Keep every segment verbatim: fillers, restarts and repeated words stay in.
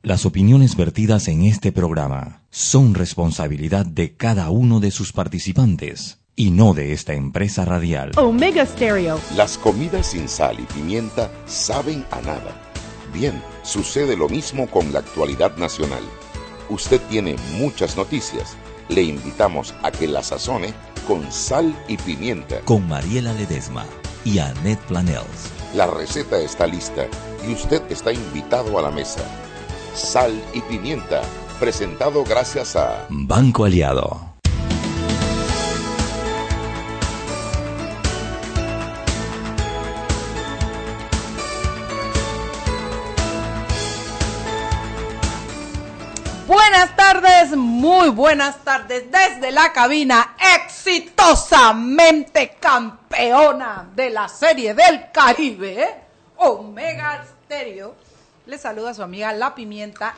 Las opiniones vertidas en este programa son responsabilidad de cada uno de sus participantes y no de esta empresa radial. Omega Stereo. Las comidas sin sal y pimienta saben a nada. Bien, sucede lo mismo con la actualidad nacional. Usted tiene muchas noticias. Le invitamos a que la sazone con sal y pimienta. Con Mariela Ledesma y Annette Planels. La receta está lista y usted está invitado a la mesa. Sal y pimienta, presentado gracias a Banco Aliado. Buenas tardes, muy buenas tardes desde la cabina, exitosamente campeona de la Serie del Caribe, ¿eh? Omega Stereo. Les saluda a su amiga La Pimienta.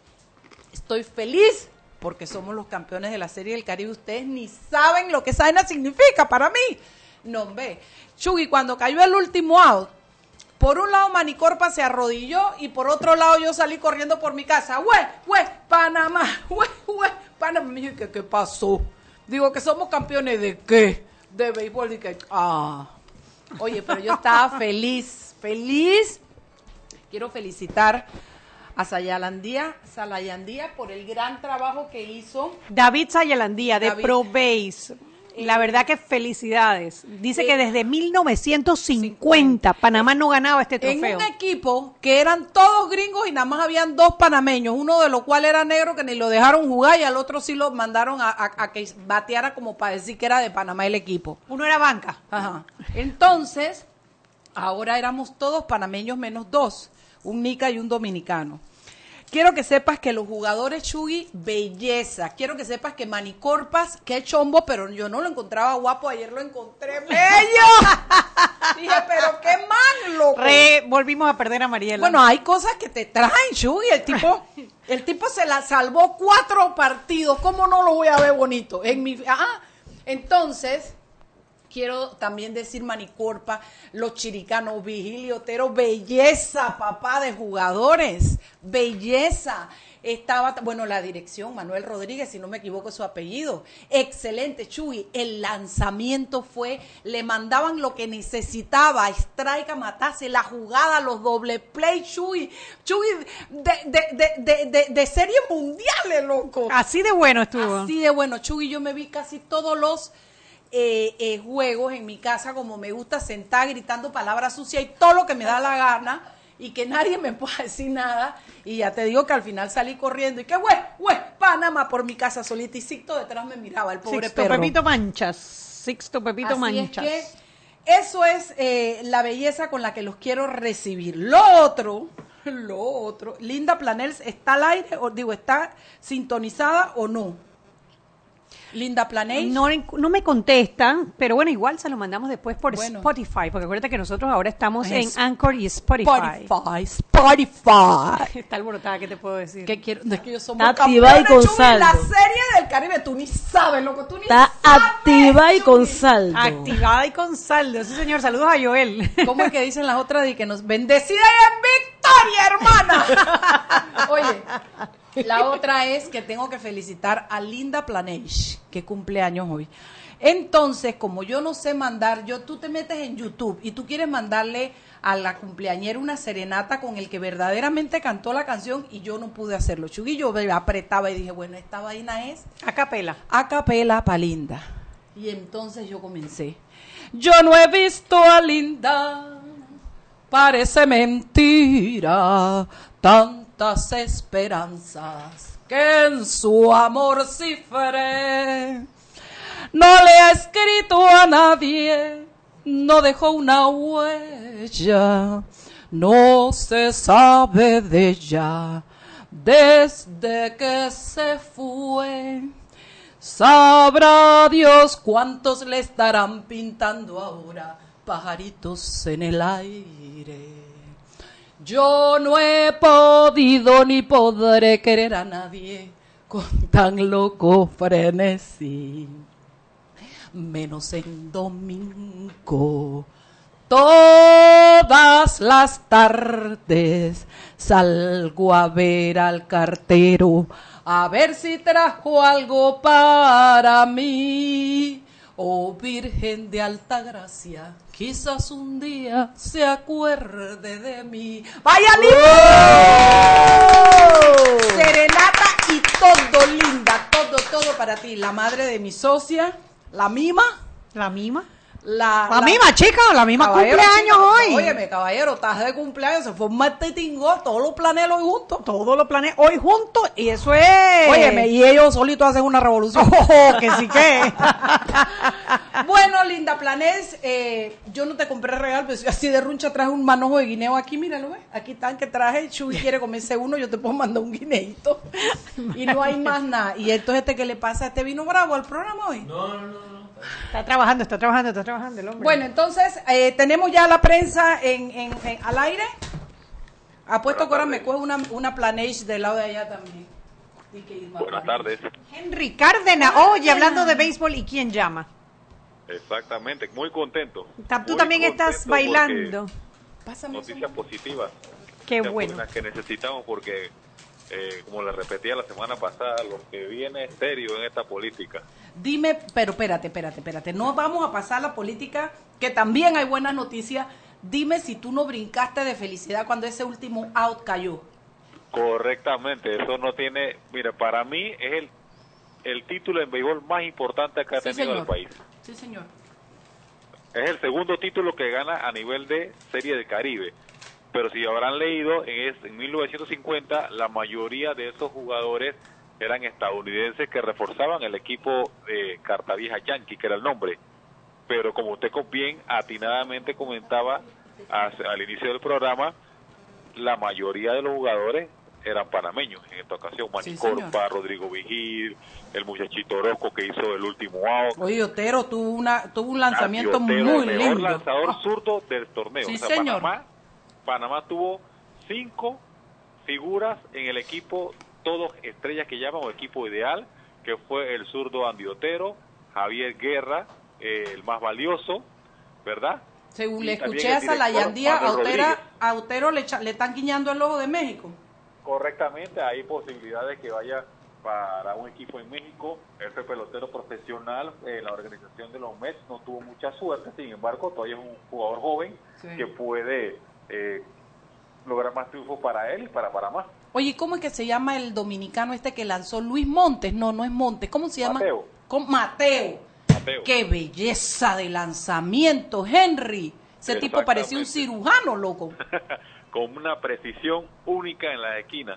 Estoy feliz porque somos los campeones de la Serie del Caribe. Ustedes ni saben lo que esa vaina significa para mí. No, ve. Chugui, cuando cayó el último out, por un lado Manicorpa se arrodilló y por otro lado yo salí corriendo por mi casa. ¡Güey, güey, Panamá! ¡Güey, güey, Panamá! Y dije, ¿qué pasó? Digo, ¿que somos campeones de qué? De béisbol. Y que, ah. Oye, pero yo estaba feliz, feliz. Quiero felicitar a Sayalandía, Salayandía por el gran trabajo que hizo. David Sayalandía, de David. ProBase. La verdad que felicidades. Dice eh, que desde mil novecientos cincuenta Panamá no ganaba este En trofeo. un equipo que eran todos gringos y nada más habían dos panameños, uno de los cuales era negro que ni lo dejaron jugar y al otro sí lo mandaron a, a, a que bateara como para decir que era de Panamá el equipo. Uno era banca. Ajá. Entonces, ahora éramos todos panameños menos dos, un nica y un dominicano. Quiero que sepas que los jugadores, Chugui, belleza. Quiero que sepas que Manicorpas, qué chombo, pero yo no lo encontraba guapo. Ayer lo encontré bello. Dije, pero qué mal, loco. Re, volvimos a perder a Mariela. Bueno, hay cosas que te traen, Chugui. El tipo, el tipo se la salvó cuatro partidos. ¿Cómo no lo voy a ver bonito? En mi, ah, entonces, quiero también decir Manicorpa, los chiricanos, Vigilio Otero, belleza, papá, de jugadores, belleza. Estaba, bueno, la dirección, Manuel Rodríguez, si no me equivoco es su apellido. Excelente, Chuy. El lanzamiento fue, le mandaban lo que necesitaba, strike, matase, la jugada, los doble play, Chuy. Chuy, de, de, de, de, de, de serie mundiales, loco. Así de bueno estuvo. Así de bueno, Chuy. Yo me vi casi todos los Eh, eh, juegos en mi casa, como me gusta sentar gritando palabras sucias y todo lo que me da la gana y que nadie me pueda decir nada, y ya te digo que al final salí corriendo y que güey, güey, Panamá por mi casa solita y Sixto detrás me miraba, el pobre Sixto perro. Pepito Manchas. Sixto Pepito Así Manchas. es que eso es eh, la belleza con la que los quiero recibir. Lo otro, lo otro, Linda Planels, ¿está al aire? O digo, ¿está sintonizada o no? Linda Planels. No, no me contestan, pero bueno, igual se lo mandamos después por Bueno. Spotify, porque acuérdate que nosotros ahora estamos Es en Anchor y Spotify. Spotify, Spotify. Está alborotada, ¿qué te puedo decir? ¿Qué quiero? Es que yo soy Está activa y con saldo. La Serie del Caribe, tú ni sabes, loco, tú ni Está sabes. activa y con Chuy. saldo. Activada y con saldo. Sí, señor. Saludos a Joel. ¿Cómo es que dicen las otras de que nos bendecida y en victoria, hermana? Oye, la otra es que tengo que felicitar a Linda Planage, que cumple años hoy. Entonces, como yo no sé mandar, yo tú te metes en YouTube y tú quieres mandarle a la cumpleañera una serenata con el que verdaderamente cantó la canción y yo no pude hacerlo. Chugui, yo me apretaba y dije, bueno, esta vaina es A capela. a capela pa' Linda. Y entonces yo comencé. Yo no he visto a Linda, parece mentira, tantas esperanzas que en su amor cifré. No le ha escrito a nadie, no dejó una huella, no se sabe de ella desde que se fue. Sabrá Dios cuántos le estarán pintando ahora pajaritos en el aire. Yo no he podido ni podré querer a nadie con tan loco frenesí, menos en domingo Todas las tardes salgo a ver al cartero, a ver si trajo algo para mí. Oh Virgen de Alta Gracia, quizás un día se acuerde de mí. ¡Vaya lindo! Serenata y todo, linda, todo, todo para ti. La madre de mi socia, la mima. ¿La mima? La, La, la misma, chica, la misma caballero, cumpleaños chica, hoy. Óyeme, caballero, estás de cumpleaños, se fue un martetingo, todos los planes hoy juntos. Todos los planes hoy juntos y eso es... Óyeme, y ellos solitos hacen una revolución. Oh, que sí que. Bueno, linda planes, eh, yo no te compré regalo, pero así de runcha traje un manojo de guineo aquí, míralo, ¿ves? Aquí están que traje, Chuy quiere comerse uno, yo te puedo mandar un guineito. Y no hay más nada. ¿Y entonces este qué le pasa? ¿Este vino bravo al programa hoy? No, no, no. no. Está trabajando, está trabajando, está trabajando el hombre. Bueno, entonces, eh, tenemos ya la prensa en, en, en- al aire. Apuesto que ahora me coge una, una planage del lado de allá también. Y que Irma Buenas Planage. tardes. Henry Cárdenas, oye, hablando de béisbol, ¿y quién llama? Exactamente, muy contento. Ta- Tú Muy también estás contento bailando. Pásame porque eso. Noticias positivas. Qué noticias bueno. buenas que necesitamos porque, eh, como les repetía la semana pasada, lo que viene es serio en esta política. Dime, pero espérate, espérate, espérate. No vamos a pasar la política, que también hay buenas noticias. Dime si tú no brincaste de felicidad cuando ese último out cayó. Correctamente, eso no tiene... Mire, para mí es el, el título en béisbol más importante que ha Sí, tenido el señor. país. Sí, señor. Es el segundo título que gana a nivel de Serie del Caribe. Pero si habrán leído, en, es- en mil novecientos cincuenta la mayoría de esos jugadores eran estadounidenses que reforzaban el equipo de Cartavieja Yankee, que era el nombre. Pero como usted co- bien atinadamente comentaba hace- al inicio del programa, la mayoría de los jugadores eran panameños en esta ocasión. Manny Sí, señor. Corpa, Rodrigo Vigil, el muchachito Orozco que hizo el último out. Oye, Otero tuvo, una, tuvo un lanzamiento Andy Otero, muy el mejor lindo. lanzador Ah, zurdo del torneo. Sí, O sea, señor. Panamá, Panamá tuvo cinco figuras en el equipo, todos estrellas que llaman, o equipo ideal, que fue el zurdo Andy Otero, Javier Guerra, eh, el más valioso, ¿verdad? Según Y le también escuché el a Salayandía, director, a Manuel Otero, Rodríguez. a Otero le, echa- le están guiñando el ojo de México. Correctamente, hay posibilidades que vaya para un equipo en México. Él fue pelotero profesional en la organización de los Mets, no tuvo mucha suerte, sin embargo, todavía es un jugador joven Sí. que puede eh, lograr más triunfos para él y para Panamá. Oye, ¿cómo es que se llama el dominicano este que lanzó Luis Montes? No, no es Montes. ¿Cómo se llama? Mateo. Con Mateo. Mateo. ¡Qué belleza de lanzamiento, Henry! Ese tipo parecía un Exactamente. cirujano, loco. Con una precisión única en la esquina.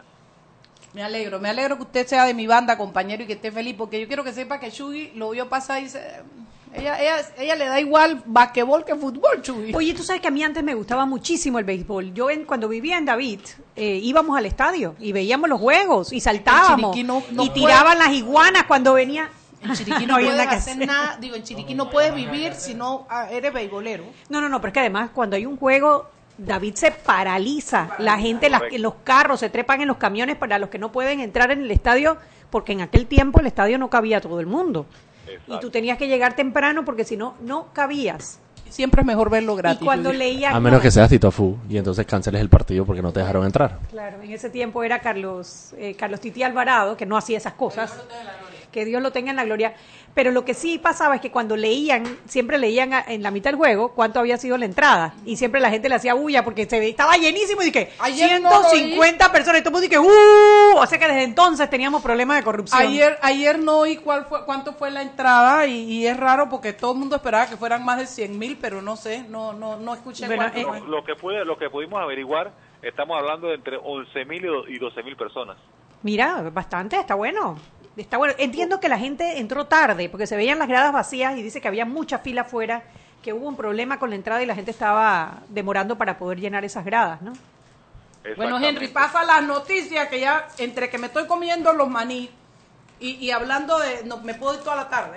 Me alegro, me alegro que usted sea de mi banda, compañero, y que esté feliz, porque yo quiero que sepa que Chuy lo vio pasar y dice... Ella, ella, ella le da igual basquetbol que fútbol, Chuy. Oye, tú sabes que a mí antes me gustaba muchísimo el béisbol. Yo en, cuando vivía en David, eh, íbamos al estadio y veíamos los juegos y saltábamos Chiriquí no- no y puede- tiraban las iguanas cuando venía. En Chiriquí no hay puedes nada que hacer hacer. nada, digo, en Chiriquí no puedes vivir si no ah, eres beisbolero. No, no, no, pero es que además cuando hay un juego, David se paraliza. La gente, las, Correcto. los carros se trepan en los camiones para los que no pueden entrar en el estadio, porque en aquel tiempo el estadio no cabía todo el mundo. Exacto. Y tú tenías que llegar temprano porque si no, no cabías. Siempre es mejor verlo gratis. Y cuando Chuy. leía... A menos que seas Tito Fu y entonces canceles el partido porque no te dejaron entrar. Claro, en ese tiempo era Carlos eh, Carlos Titi Alvarado, que no hacía esas cosas. Que Dios lo tenga en la gloria. Pero lo que sí pasaba es que cuando leían, siempre leían a- en la mitad del juego cuánto había sido la entrada. Y siempre la gente le hacía bulla porque se ve- estaba llenísimo y dije, Ayer no lo ciento cincuenta personas. Y todo el mundo dije, ¡uh! O sea que desde entonces teníamos problemas de corrupción. Ayer, ayer no oí cuál fue, cuánto fue la entrada y, y es raro porque todo el mundo esperaba que fueran más de cien mil, pero no sé, no no no escuché Bueno, cuánto eh, fue. Lo, lo que pude, lo que pudimos averiguar, estamos hablando de entre once mil y doce mil personas. Mira, bastante, está bueno. Está bueno. Entiendo que la gente entró tarde porque se veían las gradas vacías y dice que había mucha fila afuera, que hubo un problema con la entrada y la gente estaba demorando para poder llenar esas gradas, ¿no? Bueno, Exactamente. Henry, pasa las noticias que ya entre que me estoy comiendo los maní y, y hablando de no, me puedo ir toda la tarde.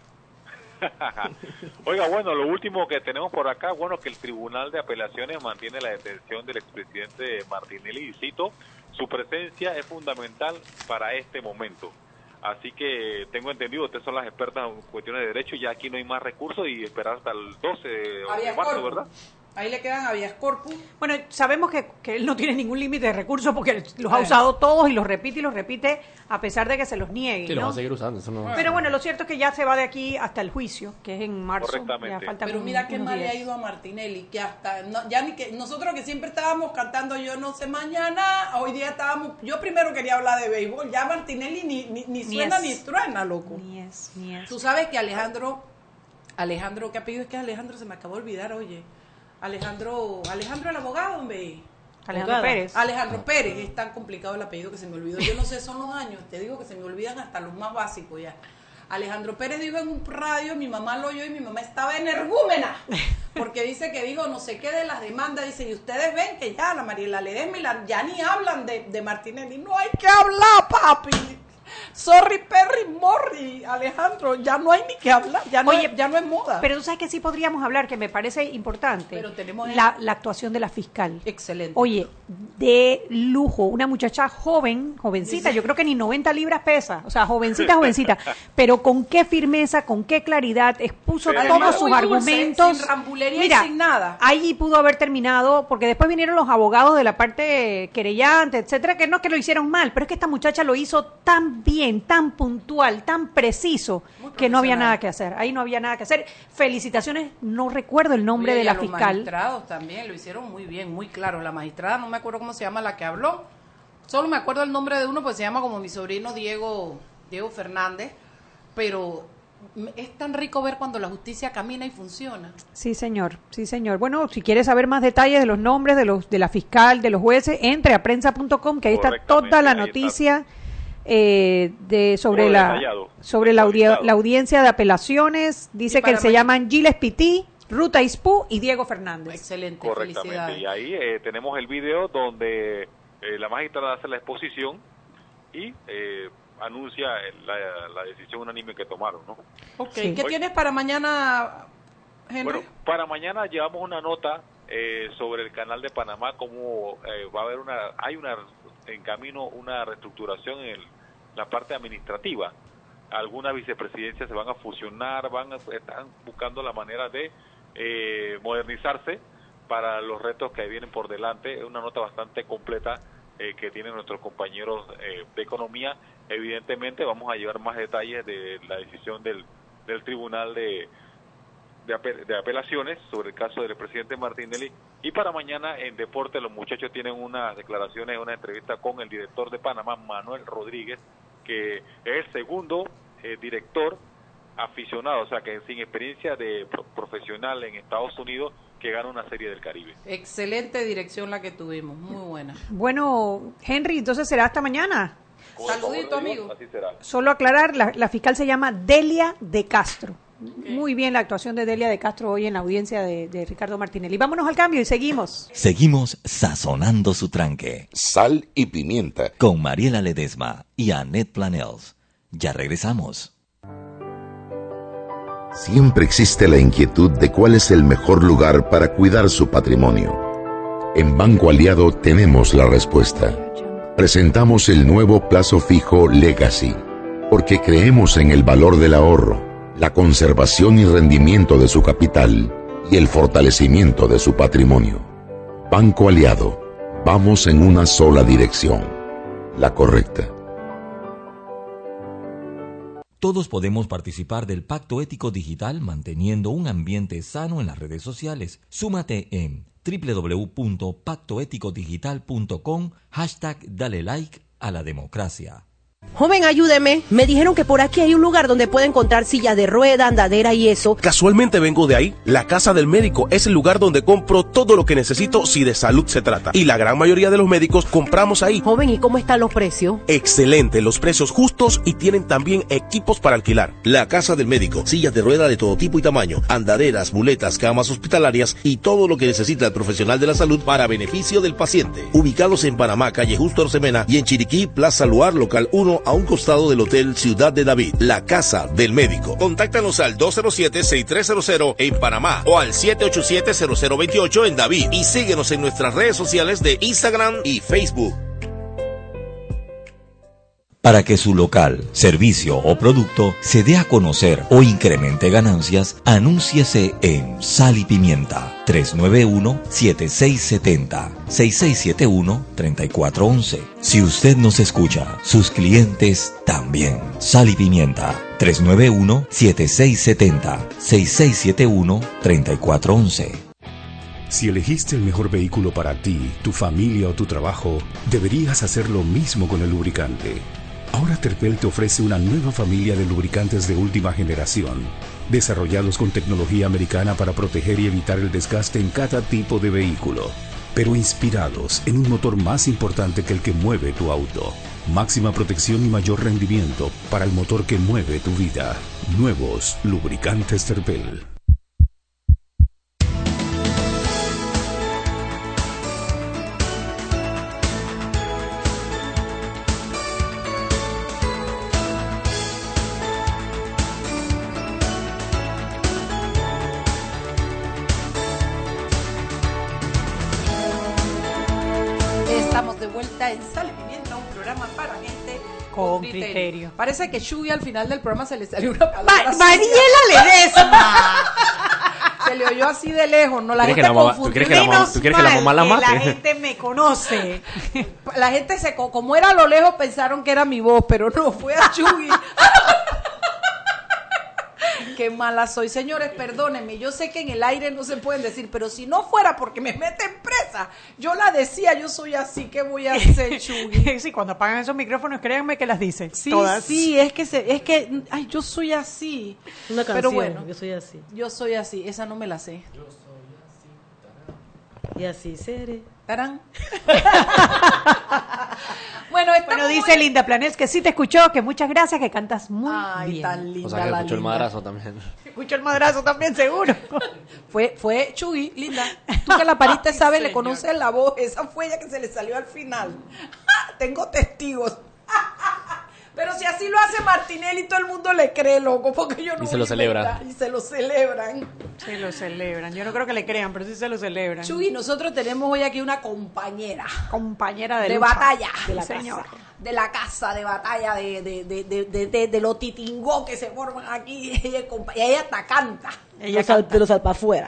Oiga, bueno, lo último que tenemos por acá, bueno, que el Tribunal de Apelaciones mantiene la detención del expresidente Martinelli y cito, su presencia es fundamental para este momento. Así que tengo entendido, ustedes son las expertas en cuestiones de derecho, ya aquí no hay más recursos y esperar hasta el doce de Había marzo, corpus. ¿verdad? Ahí le quedan habeas corpus. Bueno, sabemos que, que él no tiene ningún límite de recursos porque los ha Bueno. usado todos y los repite y los repite a pesar de que se los niegue. Sí, lo ¿no? va a seguir usando. Eso no... Pero bueno, lo cierto es que ya se va de aquí hasta el juicio, que es en marzo. Correctamente. Ya faltan Pero un- mira qué unos mal le ha días. ido a Martinelli, que hasta, no, ya ni que, nosotros que siempre estábamos cantando yo no sé mañana, hoy día estábamos, yo primero quería hablar de béisbol, ya Martinelli ni, ni, ni Ni suena es. ni truena, loco. Ni es, ni es. Tú sabes que Alejandro, Alejandro, ¿qué apellido es que Alejandro? Se me acabó de olvidar, oye. Alejandro, Alejandro el abogado, hombre. Alejandro Abogada. Pérez. Alejandro Pérez, es tan complicado el apellido que se me olvidó. Yo no sé, son los años, te digo que se me olvidan hasta los más básicos ya. Alejandro Pérez dijo en un radio, mi mamá lo oyó y mi mamá estaba energúmena, porque dice que dijo no sé qué de las demandas, dice, y ustedes ven que ya la Mariela Ledesma y la- ya ni hablan de, de Martinelli, no hay que hablar, papi. Sorry, Perry, Morri, Alejandro, ya no hay ni que hablar, ya no, Oye, es, ya no es moda. Pero tú sabes que sí podríamos hablar, que me parece importante, Pero tenemos el- la, la actuación de la fiscal. Excelente. Oye, de lujo, una muchacha joven, jovencita, Dice- yo creo que ni noventa libras pesa, o sea, jovencita, jovencita, pero con qué firmeza, con qué claridad, expuso Pero todos además sus muy dulce, argumentos. sin rambulería y Mira, sin nada. ahí pudo haber terminado, porque después vinieron los abogados de la parte querellante, etcétera, que no es que lo hicieron mal, pero es que esta muchacha lo hizo tan bien, tan puntual, tan preciso, Muy que no había profesional. nada que hacer. Ahí no había nada que hacer. Felicitaciones, no recuerdo el nombre Oye, de y la a los fiscal. magistrados también lo hicieron muy bien, muy claro. La magistrada, no me acuerdo cómo se llama la que habló. Solo me acuerdo el nombre de uno, pues se llama como mi sobrino Diego, Diego Fernández. Pero m- es tan rico ver cuando la justicia camina y funciona. Sí, señor, sí, señor. Bueno, si quieres saber más detalles de los nombres de los de la fiscal, de los jueces, entre a prensa punto com, que ahí está Correctamente, toda la ahí está. noticia eh, de sobre Todo la detallado, sobre la, audi- actualizado. la audiencia de apelaciones. Dice Y que para se mañana- llaman Giles Pití, Ruta Ispú y Diego Fernández. Excelente, Correctamente. felicidades. Y ahí eh, tenemos el video donde eh, la magistrada hace la exposición y eh, anuncia la, la decisión unánime que tomaron, ¿no? Ok, Sí. ¿qué tienes para mañana, Henry? Bueno, para mañana llevamos una nota eh, sobre el canal de Panamá, cómo eh, va a haber una, hay una en camino una reestructuración en el- la parte administrativa. Algunas vicepresidencias se van a fusionar, van a, están buscando la manera de eh, modernizarse para los retos que vienen por delante. Es una nota bastante completa eh, que tienen nuestros compañeros eh, de economía. Evidentemente vamos a llevar más detalles de la decisión del, del Tribunal de de, apel- de apelaciones sobre el caso del presidente Martinelli. Y para mañana en deporte los muchachos tienen unas declaraciones, una entrevista con el director de Panamá, Manuel Rodríguez, que es el segundo eh, director aficionado, o sea que sin experiencia de pro- profesional en Estados Unidos, que gana una serie del Caribe. Excelente dirección la que tuvimos, muy buena. Bueno, Henry, entonces será hasta mañana. Con el favor Saludito, de Dios, amigo. Así será. Solo aclarar, la, la fiscal se llama Delia de Castro. Muy bien la actuación de Delia de Castro hoy en la audiencia de, de Ricardo Martinelli. Vámonos al cambio y seguimos. Seguimos sazonando su tranque Sal y pimienta. con Mariela Ledesma y Annette Planels. Ya regresamos. Siempre existe la inquietud de cuál es el mejor lugar para cuidar su patrimonio. En Banco Aliado tenemos la respuesta. Presentamos el nuevo plazo fijo Legacy, porque creemos en el valor del ahorro, la conservación y rendimiento de su capital y el fortalecimiento de su patrimonio. Banco Aliado, vamos en una sola dirección, la correcta. Todos podemos participar del Pacto Ético Digital manteniendo un ambiente sano en las redes sociales. Súmate en doble u doble u doble u punto pacto ético digital punto com, hashtag dale like a la democracia. Joven, ayúdeme. Me dijeron que por aquí hay un lugar donde puede encontrar sillas de rueda, andadera y eso. Casualmente vengo de ahí. La Casa del Médico es el lugar donde compro todo lo que necesito si de salud se trata. Y la gran mayoría de los médicos compramos ahí. Joven, ¿y cómo están los precios? Excelente, los precios justos y tienen también equipos para alquilar. La Casa del Médico, sillas de rueda de todo tipo y tamaño, andaderas, muletas, camas hospitalarias y todo lo que necesita el profesional de la salud para beneficio del paciente. Ubicados en Panamá, calle Justo Orsemena, y en Chiriquí, Plaza Luar, local uno, a un costado del Hotel Ciudad de David. La Casa del Médico. Contáctanos al dos cero siete, seis tres cero cero en Panamá o al siete ocho siete, cero cero dos ocho en David. Y síguenos en nuestras redes sociales de Instagram y Facebook. Para que su local, servicio o producto se dé a conocer o incremente ganancias, anúnciese en Sal y Pimienta. tres nueve uno, siete seis siete cero, seis seis siete uno, tres cuatro uno uno. Si usted nos escucha, sus clientes también. Sal y Pimienta. tres nueve uno, siete seis siete cero, seis seis siete uno, tres cuatro uno uno. Si elegiste el mejor vehículo para ti, tu familia o tu trabajo, deberías hacer lo mismo con el lubricante. Ahora Terpel te ofrece una nueva familia de lubricantes de última generación, desarrollados con tecnología americana para proteger y evitar el desgaste en cada tipo de vehículo, pero inspirados en un motor más importante que el que mueve tu auto. Máxima protección y mayor rendimiento para el motor que mueve tu vida. Nuevos lubricantes Terpel. En Sal y Pimienta, un programa para gente con, con criterio. criterio. Parece que Chuy al final del programa se le salió una palabra. Ma Mariela Ledesma. Se le oyó así de lejos, no la gente la mamá, confundió. ¿tú quieres que la mamá, ¿tú quieres que la mamá la mate? La gente me conoce. La gente se, como era a lo lejos, pensaron que era mi voz, pero no, fue a Chuy. Qué mala soy, señores, perdónenme, yo sé que en el aire no se pueden decir, pero si no fuera porque me meten presa, yo la decía, yo soy así, ¿qué voy a hacer, Chuy? Sí, cuando apagan esos micrófonos, créanme que las dice. Sí, todas. sí, es que, se, es que, ay, yo soy así. Una canción, pero bueno, yo soy así. Yo soy así, esa no me la sé. Yo soy así, y así seré. ¿Tarán? Bueno, bueno, dice muy... Linda Planés que sí te escuchó, que muchas gracias, que cantas muy Ay, bien. Tan linda, o sea, que la escuchó linda. el madrazo también. Escuchó el madrazo también, seguro. fue fue Chuy, Linda. Tú que la pariste, Ay, sabes, señor. le conoces la voz. Esa fue ella que se le salió al final. Tengo testigos. Pero si así lo hace Martinelli, todo el mundo le cree, loco, porque yo no. Y se lo celebra. Y se lo celebran. Se lo celebran. Yo no creo que le crean, pero sí se lo celebran. Chuy, nosotros tenemos hoy aquí una compañera. Compañera de, de lucha. batalla. De la señor. casa. De la casa, de batalla, de, de, de, de, de, de, de los titingó que se forman aquí. Ella, y ella hasta canta. Ella los canta. Pero salpa afuera.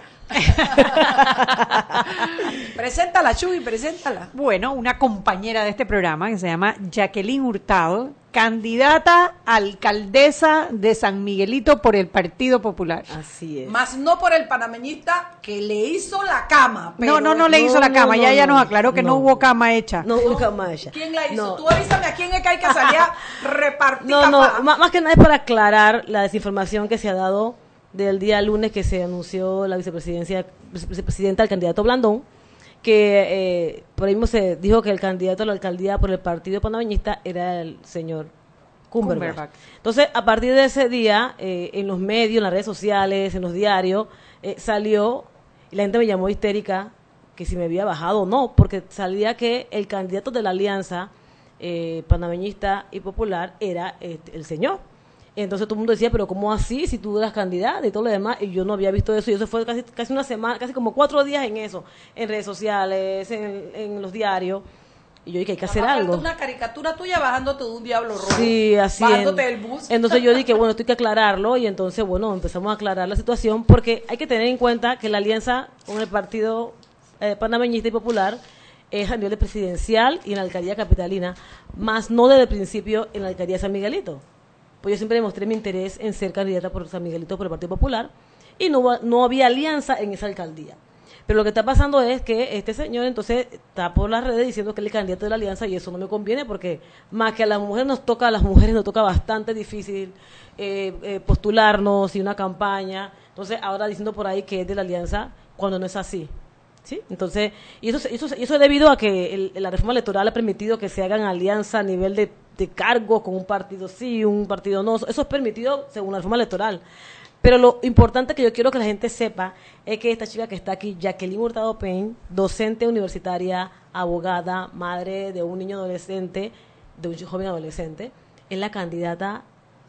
Preséntala, Chuy, preséntala. Bueno, una compañera de este programa que se llama Jacqueline Hurtado, candidata a alcaldesa de San Miguelito por el Partido Popular. Así es. Más no por el panameñista que le hizo la cama. Pero... No, no, no le hizo no, la cama. No, ya no, ella nos aclaró que no, no hubo cama hecha. No hubo cama hecha. ¿Quién la hizo? No. Tú avísame a quién es que hay que salir a repartir. No, no, más, más que nada es para aclarar la desinformación que se ha dado del día lunes que se anunció la vicepresidencia, vicepresidenta del candidato Blandón, que eh, por ahí mismo se dijo que el candidato a la alcaldía por el partido panameñista era el señor Cumberbatch. Cumberbatch. Entonces, a partir de ese día, eh, en los medios, en las redes sociales, en los diarios, eh, salió, y la gente me llamó histérica, que si me había bajado o no, porque salía que el candidato de la alianza eh, panameñista y popular era eh, el señor. Entonces todo el mundo decía, pero ¿cómo así? Si tú eras candidata y todo lo demás, y yo no había visto eso, y eso fue casi, casi una semana, casi como cuatro días en eso, en redes sociales, en, en los diarios, y yo dije, hay que hacer Además, algo. Una caricatura tuya bajándote de un diablo rojo. Sí, así bajándote en, del bus. Entonces yo dije, bueno, esto hay que aclararlo, y entonces, bueno, empezamos a aclarar la situación, porque hay que tener en cuenta que la alianza con el partido eh, panameñista y popular es a nivel presidencial y en la alcaldía capitalina, más no desde el principio en la alcaldía de San Miguelito. Pues yo siempre demostré mi interés en ser candidata por San Miguelito por el Partido Popular y no, no había alianza en esa alcaldía. Pero lo que está pasando es que este señor entonces está por las redes diciendo que él es el candidato de la alianza y eso no me conviene porque más que a las mujeres nos toca, a las mujeres nos toca bastante difícil eh, eh, postularnos y una campaña. Entonces ahora diciendo por ahí que es de la alianza cuando no es así. ¿Sí? Entonces, y eso, eso, eso es debido a que el, la reforma electoral ha permitido que se hagan alianzas a nivel de, de cargos con un partido sí, un partido no. Eso es permitido según la reforma electoral. Pero lo importante que yo quiero que la gente sepa es que esta chica que está aquí, Jacqueline Hurtado Peña, docente universitaria, abogada, madre de un niño adolescente, de un joven adolescente, es la candidata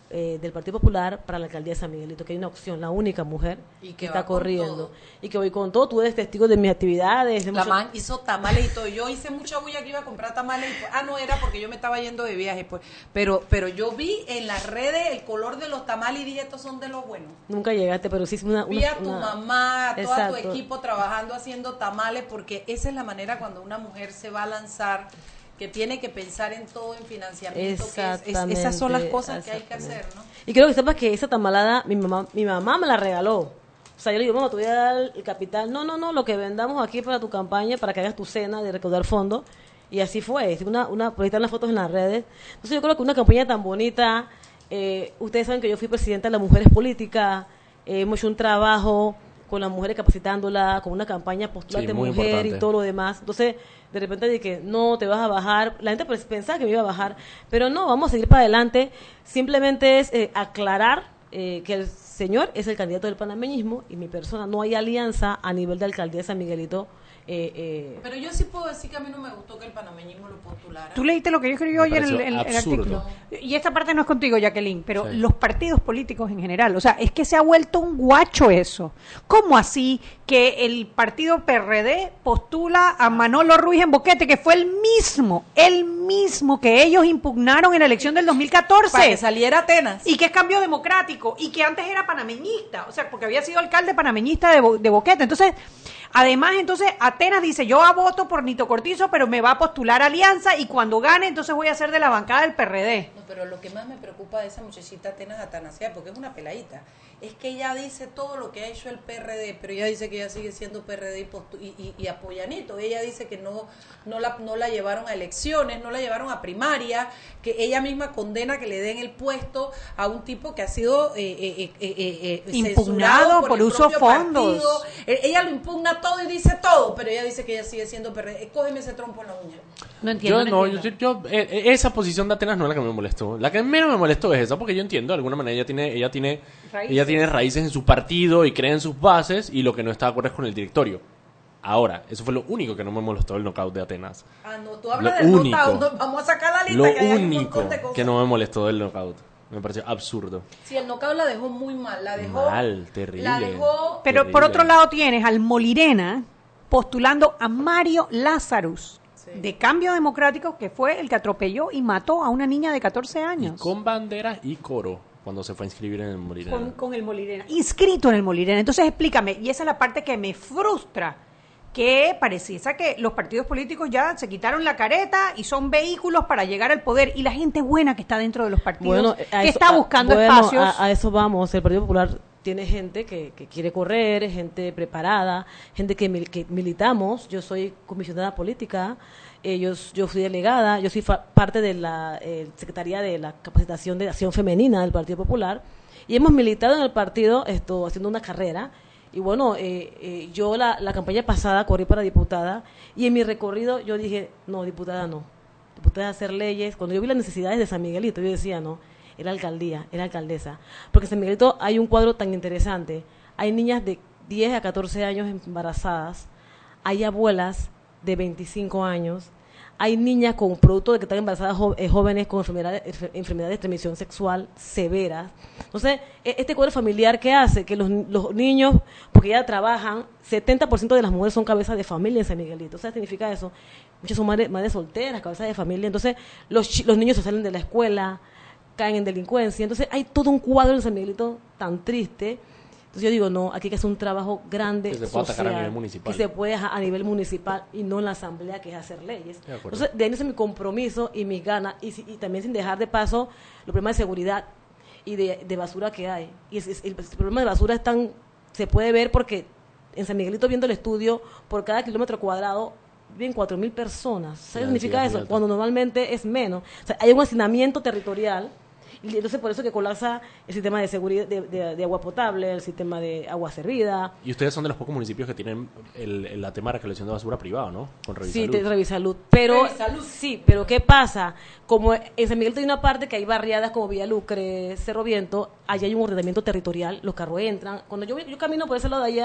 eh, del Partido Popular para la alcaldía de San Miguelito, que hay una opción, la única mujer Y que que va está con corriendo. todo. Y que voy con todo, tú eres testigo de mis actividades. De La mucho- man hizo tamales y todo. Yo hice mucha bulla que iba a comprar tamales. Y pues, ah, no era porque yo me estaba yendo de viaje. Pues. Pero, pero yo vi en las redes el color de los tamales y dije, estos son de los buenos. Nunca llegaste, pero sí es una... Vi una- a tu una- mamá, a todo Exacto. tu equipo trabajando haciendo tamales, porque esa es la manera cuando una mujer se va a lanzar, que tiene que pensar en todo, en financiamiento, que es- es- Exactamente, esas son las cosas que hay que exactamente. hacer, ¿no? Y quiero que sepas que esa tamalada, mi mamá, mi mamá me la regaló. O sea, yo le digo, mamá, te voy a dar el capital. No, no, no, lo que vendamos aquí para tu campaña, para que hagas tu cena de recaudar fondos. Y así fue. Es Una, una, por ahí están las fotos en las redes. Entonces yo creo que una campaña tan bonita, eh, ustedes saben que yo fui presidenta de las mujeres políticas, eh, hemos hecho un trabajo con las mujeres capacitándola, con una campaña postulante Sí, muy mujer importante. y todo lo demás. Entonces, de repente de que no te vas a bajar, la gente pues, pensaba que me iba a bajar, pero no, vamos a seguir para adelante. Simplemente es eh, aclarar eh, que el señor es el candidato del panameñismo y mi persona, no hay alianza a nivel de alcaldía de San Miguelito. Eh, eh, Pero yo sí puedo decir que a mí no me gustó que el panameñismo lo postulara. Tú leíste lo que yo escribí Me hoy en el, pareció en el absurdo. artículo. Y esta parte no es contigo, Jacqueline, pero Sí. los partidos políticos en general, o sea, es que se ha vuelto un guacho eso. ¿Cómo así que el partido P R D postula a Manolo Ruiz en Boquete, que fue el mismo, el mismo que ellos impugnaron en la elección del dos mil catorce? Para que saliera Atenas. Y que es cambio democrático, y que antes era panameñista, o sea, porque había sido alcalde panameñista de, Bo- de Boquete. Entonces, además, entonces, Atenas dice, yo voto por Nito Cortizo, pero me va a postular alianza, y cuando gane, entonces voy a ser de la bancada del P R D. No, pero lo que más me preocupa de esa muchachita Atenas Atanasía, porque es una peladita, es que ella dice todo lo que ha hecho el P R D, pero ella dice que ella sigue siendo P R D y, postu- y, y, y apoya a Nito. Ella dice que no, no, la, no la llevaron a elecciones, no la llevaron a primaria, que ella misma condena que le den el puesto a un tipo que ha sido eh, eh, eh, eh, eh, Impugnado censurado por el uso propio fondos. partido. Eh, Ella lo impugna todo y dice todo, pero ella dice que ella sigue siendo P R D. Eh, Cógeme ese trompo en la uña. No entiendo. Yo no, yo, yo- yo- eh, eh, esa posición de Atenas no es la que me molestó. La que menos me molestó es esa, porque yo entiendo, de alguna manera ella tiene, ella tiene, Raíces. ella tiene raíces en su partido y cree en sus bases, y lo que no está de acuerdo es con el directorio. Ahora, eso fue lo único que no me molestó del knockout de Atenas. Ah, no, tú hablas Lo del único. knockout, no, vamos a sacar la lista Lo que hay un único montón de cosas. que no me molestó del knockout. Me pareció absurdo. Sí, el knockout la dejó muy mal, la dejó Mal, terrible. La dejó Pero por Terrible. otro lado tienes al Molirena postulando a Mario Lazarus, Sí. de Cambio Democrático, que fue el que atropelló y mató a una niña de catorce Y años. con bandera y coro cuando se fue a inscribir en el Morirena. Con, con el Molirena, inscrito en el Molirena. Entonces explícame, y esa es la parte que me frustra, que pareciese que los partidos políticos ya se quitaron la careta y son vehículos para llegar al poder, y la gente buena que está dentro de los partidos, Bueno, a que eso- está a- buscando bueno, espacios. A, a eso vamos. El Partido Popular tiene gente que, que quiere correr, gente preparada, gente que, mil- que militamos. Yo soy comisionada política, eh, yo, yo fui delegada, yo soy fa- parte de la eh, Secretaría de la Capacitación de Acción Femenina del Partido Popular, y hemos militado en el partido esto, haciendo una carrera. Y bueno, eh, eh, yo la, la campaña pasada corrí para diputada, y en mi recorrido yo dije, no, diputada no, diputada hacer leyes. Cuando yo vi las necesidades de San Miguelito, yo decía, no, era alcaldía, era alcaldesa. Porque en San Miguelito hay un cuadro tan interesante. Hay niñas de diez a catorce años embarazadas, hay abuelas de veinticinco años, hay niñas con producto de que están embarazadas jo- eh, jóvenes con enfermedades, enfer- enfermedades de transmisión sexual severas. Entonces, e- este cuadro familiar, ¿qué hace? Que los, los niños, porque ya trabajan, setenta por ciento de las mujeres son cabezas de familia en San Miguelito. O sea, significa eso. Muchas son madres, madres solteras, cabezas de familia. Entonces, los, chi- los niños se salen de la escuela, caen en delincuencia. Entonces, hay todo un cuadro en San Miguelito tan triste. Entonces yo digo, no, aquí hay que hacer un trabajo grande, Que se pueda atacar a social, nivel municipal. que se puede a, a nivel municipal y no en la asamblea, que es hacer leyes. De acuerdo. Entonces, de ahí nace mi compromiso y mis ganas, y, si- y también sin dejar de paso los problemas de seguridad y de, de basura que hay. Y es- es- el, el problema de basura es tan, se puede ver porque en San Miguelito, viendo el estudio, por cada kilómetro cuadrado viven cuatro mil personas. ¿Sabes Sí, qué significa sí, es eso? muy alto. Cuando normalmente es menos. O sea, hay un hacinamiento territorial. Y entonces por eso que colapsa el sistema de seguridad de, de- de agua potable, el sistema de agua servida. Y ustedes son de los pocos municipios que tienen el, el- la tema de recolección de basura privado, ¿no? Con Sí, Revisalud. te Revisalud. Pero, Revisalud. sí, pero ¿qué pasa? Como en San Miguel hay una parte que hay barriadas como Villalucre, Cerro Viento, allá hay un ordenamiento territorial, los carros entran. Cuando yo, yo camino por ese lado de allá,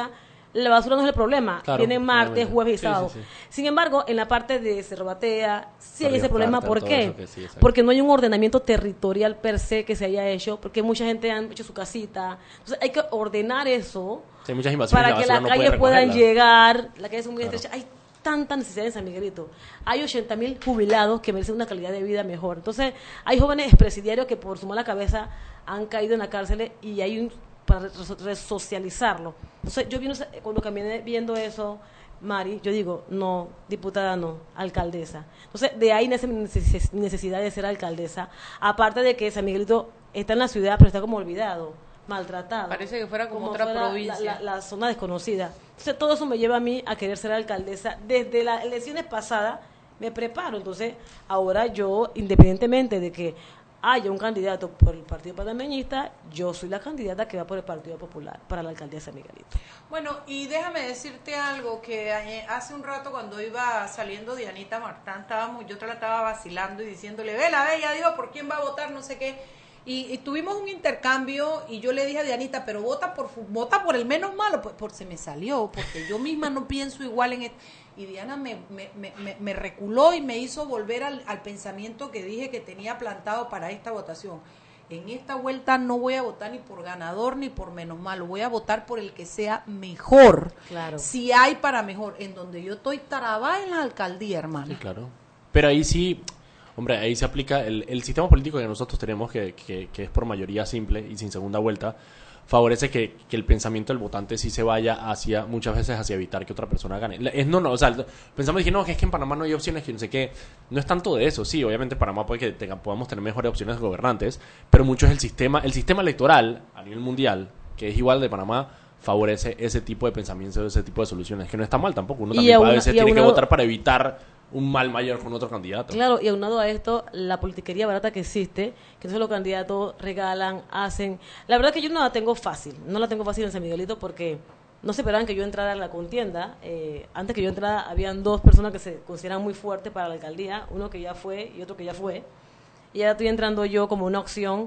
la basura no es el problema. Claro, Vienen martes, obviamente. jueves y Sí, sábado. sí, sí. Sin embargo, en la parte de Cerro Batea, sí hay Río ese problema. Carter, ¿Por todo qué? eso que sí, exacto. Porque no hay un ordenamiento territorial per se que se haya hecho, porque mucha gente ha hecho su casita. Entonces hay que ordenar eso Sí, hay muchas invasiones, para la que basura las no puede calles puedan recogerla. llegar. Las calles son muy Claro. estrechas. Hay tanta necesidad en San Miguelito. Hay ochenta mil jubilados que merecen una calidad de vida mejor. Entonces, hay jóvenes presidiarios que por su mala cabeza han caído en la cárcel y hay un para reso- resocializarlo. Entonces, yo viendo, cuando caminé viendo eso, Mari, yo digo, no, diputada no, alcaldesa. Entonces, de ahí nace mi neces- mi necesidad de ser alcaldesa. Aparte de que San Miguelito está en la ciudad, pero está como olvidado, maltratado. Parece que fuera como otra fuera provincia. La, la- la zona desconocida. Entonces, todo eso me lleva a mí a querer ser alcaldesa. Desde las elecciones pasadas me preparo. Entonces, ahora yo, independientemente de que haya un candidato por el Partido Panameñista, yo soy la candidata que va por el Partido Popular para la alcaldía de San Miguelito. Bueno, y déjame decirte algo, que eh, hace un rato cuando iba saliendo Dianita Martán, estábamos, yo te la estaba vacilando y diciéndole, vela, ve, ya dijo por quién va a votar, no sé qué. Y, y tuvimos un intercambio y yo le dije a Dianita, pero vota por fu- vota por el menos malo, pues, por se me salió, porque yo misma no pienso igual en esto. Y Diana me, me, me, me- me reculó y me hizo volver al, al pensamiento que dije que tenía plantado para esta votación. En esta vuelta no voy a votar ni por ganador ni por menos malo, voy a votar por el que sea mejor. Claro. Si hay para mejor. En donde yo estoy trabada en la alcaldía, hermano. Sí, claro. Pero ahí sí, hombre, ahí se aplica el, el sistema político que nosotros tenemos, que, que, que es por mayoría simple y sin segunda vuelta, favorece que, que el pensamiento del votante sí se vaya hacia, muchas veces hacia evitar que otra persona gane. La- Es, no, no, o sea, pensamos que no, que es que en Panamá no hay opciones, que no sé qué. No es tanto de eso, sí, obviamente Panamá puede que tenga, podamos tener mejores opciones de gobernantes, pero mucho es el sistema, el sistema electoral a nivel mundial, que es igual de Panamá, favorece ese tipo de pensamientos, ese tipo de soluciones, que no está mal tampoco. Uno Y también aún- a veces y tiene que aunado- votar para evitar un mal mayor con otro candidato. Claro, y aunado a esto, la politiquería barata que existe, que entonces los candidatos regalan, hacen. La verdad que yo no la tengo fácil, no la tengo fácil en San Miguelito porque no se esperaban que yo entrara a la contienda. Eh, antes que yo entrara, habían dos personas que se consideran muy fuertes para la alcaldía, uno que ya fue y otro que ya fue. Y ahora estoy entrando yo como una opción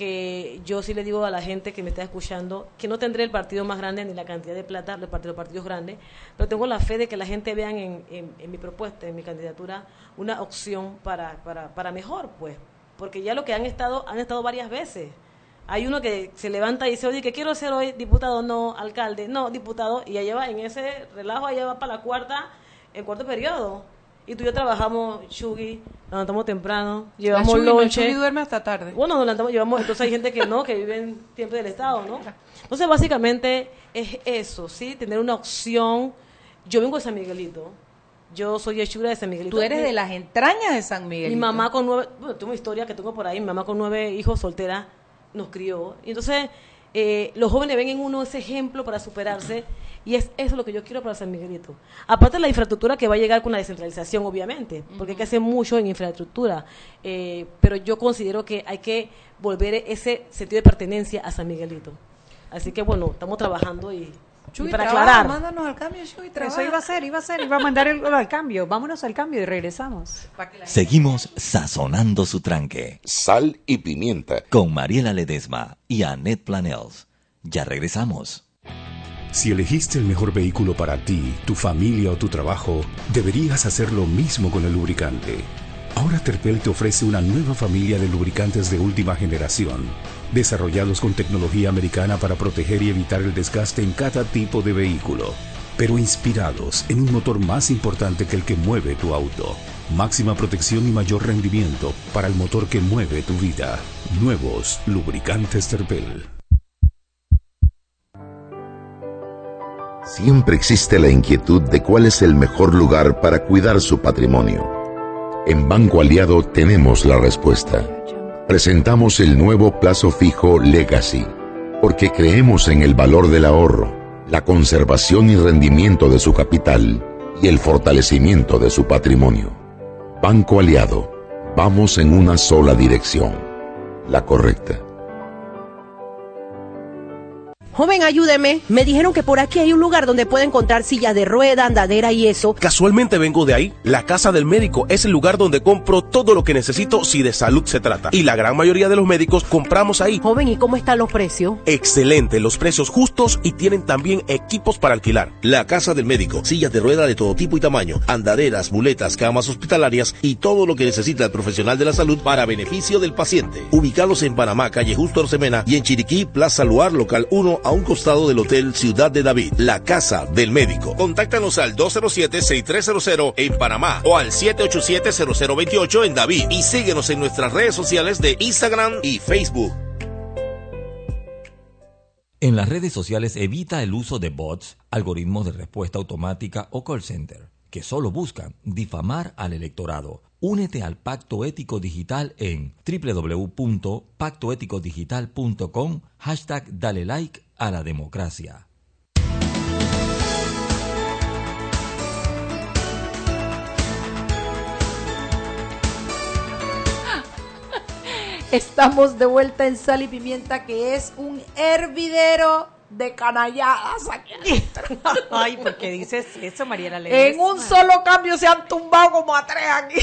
que yo sí le digo a la gente que me está escuchando que no tendré el partido más grande ni la cantidad de plata de los partidos, partidos grandes, pero tengo la fe de que la gente vean en, en, en mi propuesta, en mi candidatura, una opción para, para, para mejor, pues, porque ya lo que han estado, han estado varias veces. Hay uno que se levanta y dice, oye, ¿qué quiero ser hoy? Diputado, no, alcalde, no, diputado, y ya lleva en ese relajo, allá va para la cuarta, el cuarto periodo. Y tú y yo trabajamos, Shugi, nos levantamos temprano, llevamos La Shugi, no, lonche. Shugi duerme hasta tarde. Bueno, nos levantamos, llevamos, entonces hay gente que no, que vive en tiempo del Estado, ¿no? Entonces, básicamente es eso, ¿sí? Tener una opción. Yo vengo de San Miguelito, yo soy hechura de San Miguelito. Tú eres Mi- de las entrañas de San Miguel. Mi mamá con nueve, bueno, tengo una historia que tengo por ahí, mi mamá con nueve hijos soltera nos crió. Y entonces, eh, los jóvenes ven en uno ese ejemplo para superarse y es eso lo que yo quiero para San Miguelito. Aparte de la infraestructura que va a llegar con la descentralización, obviamente, porque hay que hacer mucho en infraestructura, eh, pero yo considero que hay que volver ese sentido de pertenencia a San Miguelito. Así que bueno, estamos trabajando y, Chuy, y para trabaja, aclarar. mándanos al cambio, Chuy, trabaja. Eso iba a ser, iba a ser, iba a mandar el, al cambio. Vámonos al cambio y regresamos. Pa' que la gente- Seguimos sazonando su tranque Sal y pimienta. con Mariela Ledesma y Annette Planels. Ya regresamos. Si elegiste el mejor vehículo para ti, tu familia o tu trabajo, deberías hacer lo mismo con el lubricante. Ahora Terpel te ofrece una nueva familia de lubricantes de última generación, desarrollados con tecnología americana para proteger y evitar el desgaste en cada tipo de vehículo, pero inspirados en un motor más importante que el que mueve tu auto. Máxima protección y mayor rendimiento para el motor que mueve tu vida. Nuevos lubricantes Terpel. Siempre existe la inquietud de cuál es el mejor lugar para cuidar su patrimonio. En Banco Aliado tenemos la respuesta. Presentamos el nuevo plazo fijo Legacy, porque creemos en el valor del ahorro, la conservación y rendimiento de su capital y el fortalecimiento de su patrimonio. Banco Aliado, vamos en una sola dirección, la correcta. Joven, ayúdeme. Me dijeron que por aquí hay un lugar donde puede encontrar sillas de rueda, andadera y eso. Casualmente vengo de ahí. La Casa del Médico es el lugar donde compro todo lo que necesito si de salud se trata. Y la gran mayoría de los médicos compramos ahí. Joven, ¿y cómo están los precios? Excelente, los precios justos y tienen también equipos para alquilar. La Casa del Médico, sillas de rueda de todo tipo y tamaño, andaderas, muletas, camas hospitalarias y todo lo que necesita el profesional de la salud para beneficio del paciente. Ubicados en Panamá, calle Justo Orsemena, y en Chiriquí, Plaza Luar, local uno, a un costado del Hotel Ciudad de David. La Casa del Médico. Contáctanos al dos cero siete, seis tres cero cero en Panamá o al siete ocho siete, cero cero dos ocho en David, y síguenos en nuestras redes sociales de Instagram y Facebook. En las redes sociales evita el uso de bots, algoritmos de respuesta automática o call center, que solo buscan difamar al electorado. Únete al Pacto Ético Digital en doble u doble u doble u punto pacto ético digital punto com, hashtag dale like a la democracia. Estamos de vuelta en Sal y Pimienta, que es un hervidero de canalladas aquí adentro. Ay, ¿por qué dices eso, Mariela Leyes? En un solo cambio se han tumbado como a tres aquí.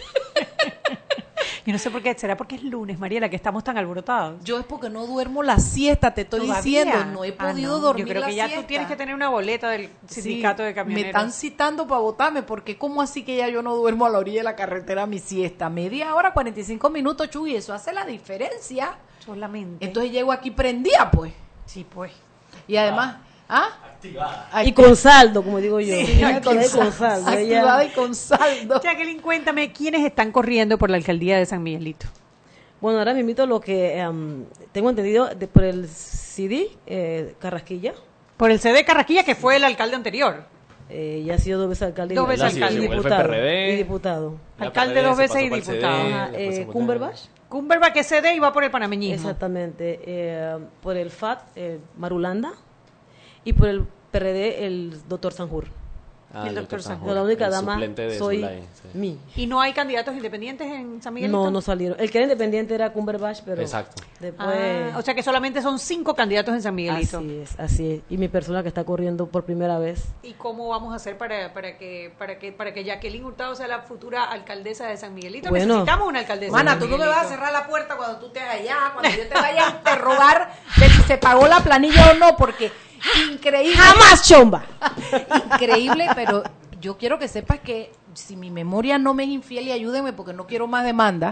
Yo no sé por qué, será porque es lunes, Mariela, que estamos tan alborotados. Yo es porque no duermo la siesta, te estoy ¿Todavía? diciendo, no he podido Ah, no. dormir Yo creo la que ya siesta. tú tienes que tener una boleta del sindicato Sí, de camioneros. me están citando para votarme, porque ¿cómo así que ya yo no duermo a la orilla de la carretera mi siesta? Media hora, cuarenta y cinco minutos, Chuy, eso hace la diferencia. Solamente. Entonces llego aquí prendida, pues. Sí, pues. Y además, ¿ah? Activada. Y con saldo, como digo yo. Sí, Activada y con saldo. Activada Ella... y con saldo. Jacqueline, cuéntame, ¿quiénes están corriendo por la alcaldía de San Miguelito? Bueno, ahora mismo lo que um, tengo entendido de, por el C D, eh, Carrasquilla. Por el C D Carrasquilla, que fue el alcalde anterior. Eh, ya ha sido dos veces alcalde Dos y, veces y alcalde. diputado. Y diputado. Alcalde dos veces y diputado. Ajá, eh, Cumberbatch. Cumberbatch, que es C D y va por el panameñismo. Exactamente. Eh, por el F A T, eh, Marulanda. Y por el P R D, el doctor Sanjur. Ah, el doctor Sanjur. La única el dama suplente de soy Zulay, sí. mí. ¿Y no hay candidatos independientes en San Miguelito? No, no salieron. El que era independiente era Cumberbatch, pero Exacto. después... Ah, o sea que solamente son cinco candidatos en San Miguelito. Así es, así es. Y mi persona que está corriendo por primera vez. ¿Y cómo vamos a hacer para, para que para que para que Jacqueline Hurtado sea la futura alcaldesa de San Miguelito? Bueno. Necesitamos una alcaldesa. Mana, de tú San no me Miguelito. vas a cerrar la puerta cuando tú estés allá, cuando yo te vaya a interrogar de si se pagó la planilla o no, porque increíble. ¡Jamás, chomba! Increíble, pero yo quiero que sepas que si mi memoria no me es infiel, y ayúdenme porque no quiero más demanda.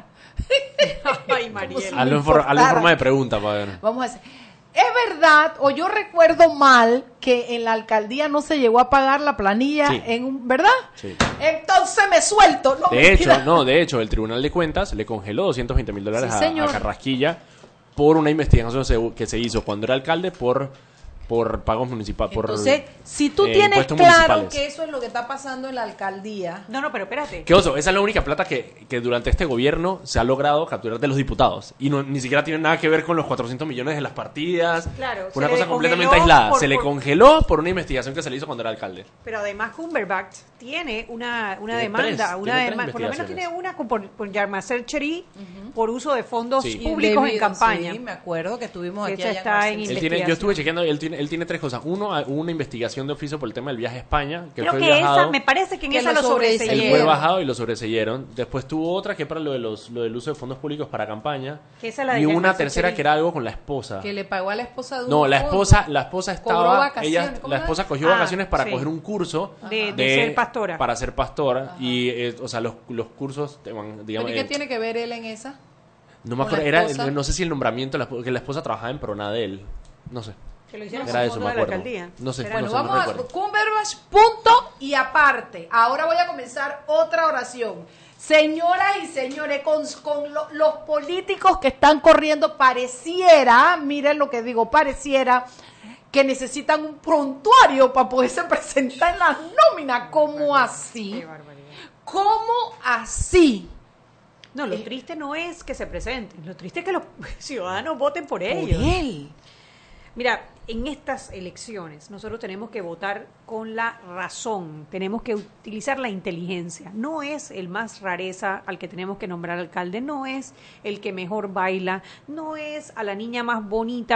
Ay, Mariela. Hazlo en, for- hazlo en forma de pregunta, para ver. Vamos a hacer. ¿Es verdad o yo recuerdo mal que en la alcaldía no se llegó a pagar la planilla Sí. en un, ¿verdad? Sí. Entonces me suelto, no De mentira. hecho, no, de hecho, el Tribunal de Cuentas le congeló doscientos veinte mil dólares Sí, a, señor. a Carrasquilla por una investigación se- que se hizo cuando era alcalde por, por pagos municipales. Entonces, si tú eh, tienes impuestos claro municipales. que eso es lo que está pasando en la alcaldía, No, no, pero espérate. ¿Qué oso? Esa es la única plata que, que durante este gobierno se ha logrado capturar de los diputados. Y no, ni siquiera tiene nada que ver con los cuatrocientos millones de las partidas. Claro, Fue una se le cosa completamente congeló aislada. por- se le por- congeló por una investigación que se le hizo cuando era alcalde. Pero además Cumberbatch tiene una, una Tiene demanda, tres, una tiene tres demanda, por lo menos tiene investigaciones. una con- por, por Yarmacel Cherí por uso de fondos Sí. públicos en Debido- campaña. Sí, me acuerdo que estuvimos Que aquí esa allá está en Marcelo. Él tiene, yo investigación. estuve chequeando, él tiene, él tiene tres cosas. Uno, hubo una investigación de oficio por el tema del viaje a España, que Creo fue que viajado. esa, me parece que en Que esa lo lo Él sobreseyeron. fue bajado y lo sobreseyeron. Después tuvo otra que para lo de los lo del uso de fondos públicos para campaña. Que esa es la de Y una Yarmacel tercera Cherí. que era algo con la esposa. Que le pagó a la esposa de un No, la fondo. esposa, la esposa Cobró estaba, vacaciones, ella, ¿cómo la era? esposa cogió Ah, vacaciones para sí. coger un curso De- de ser pastora. para ser pastora y, eh, o sea, los, los cursos, te van, digamos, ¿Pero y qué eh, tiene que ver él en esa? no me con la acuerdo, era, esposa? no sé si el nombramiento, la esp- que la esposa trabajaba en Pronadel, no sé, Que lo hicieron era con eso, fondos me de la acuerdo, alcaldía. no sé, Era- no Bueno, sé, no vamos a recuerdo. Cumberbatch, punto y aparte. Ahora voy a comenzar otra oración. Señoras y señores, con, con lo- los políticos que están corriendo, pareciera, miren lo que digo, pareciera que necesitan un prontuario para poderse presentar en las nóminas. ¿Cómo así? Qué barbaridad. ¿Cómo así? No, lo triste no es que se presenten, lo triste es que los ciudadanos voten por Por ellos. él. Mira, en estas elecciones nosotros tenemos que votar con la razón, tenemos que utilizar la inteligencia. No es el más rareza al que tenemos que nombrar alcalde, no es el que mejor baila, no es a la niña más bonita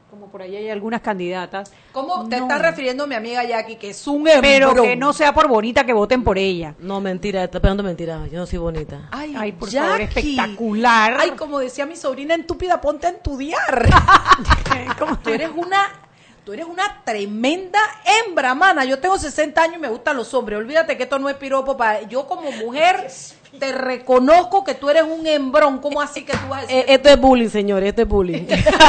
como por ahí hay algunas candidatas. ¿Cómo te No. estás refiriendo a mi amiga Jackie, que es un embrón? Pero que no sea por bonita que voten por ella. No, mentira, está pegando mentira. Yo no soy bonita. Ay, Ay, por Jackie. favor, espectacular. Ay, como decía mi sobrina estúpida, ponte a estudiar. Tú eres una, tú eres una tremenda hembra, mana. Yo tengo sesenta años y me gustan los hombres. Olvídate que esto no es piropo para yo como mujer. Te reconozco que tú eres un hembrón. ¿Cómo así que tú vas a decir? Eh, esto es bullying, señores, esto es bullying.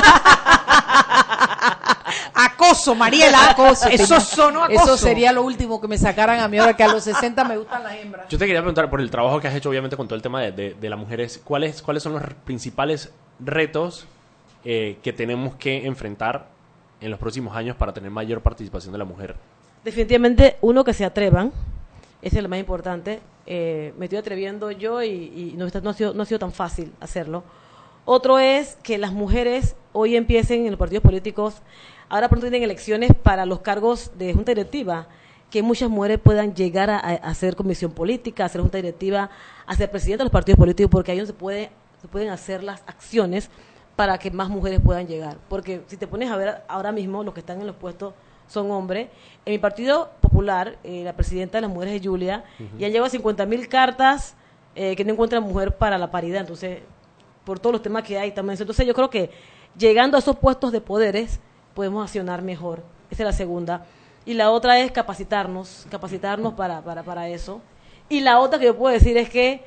Acoso, Mariela. Acoso, Eso tenía- sonó acoso. Eso sería lo último que me sacaran a mí ahora que a los sesenta me gustan las hembras. Yo te quería preguntar por el trabajo que has hecho, obviamente, con todo el tema de, de, de las mujeres. ¿Cuáles, ¿Cuáles son los principales retos eh, que tenemos que enfrentar en los próximos años para tener mayor participación de la mujer? Definitivamente, uno, que se atrevan. Ese es lo más importante. Eh, me estoy atreviendo yo y, y no, está- no, ha sido, no ha sido tan fácil hacerlo. Otro es que las mujeres hoy empiecen en los partidos políticos. Ahora pronto tienen elecciones para los cargos de junta directiva, que muchas mujeres puedan llegar a, a hacer comisión política, a hacer junta directiva, a ser presidente de los partidos políticos, porque ahí donde se, puede, se pueden hacer las acciones para que más mujeres puedan llegar. Porque si te pones a ver ahora mismo, los que están en los puestos son hombres. En mi Partido Popular, eh, la presidenta de las mujeres es Julia, y han llegado a cincuenta mil cartas eh, que no encuentran mujer para la paridad. Entonces, por todos los temas que hay también. Entonces, yo creo que llegando a esos puestos de poderes, podemos accionar mejor. Esa es la segunda. Y la otra es capacitarnos, capacitarnos para, para, para eso. Y la otra que yo puedo decir es que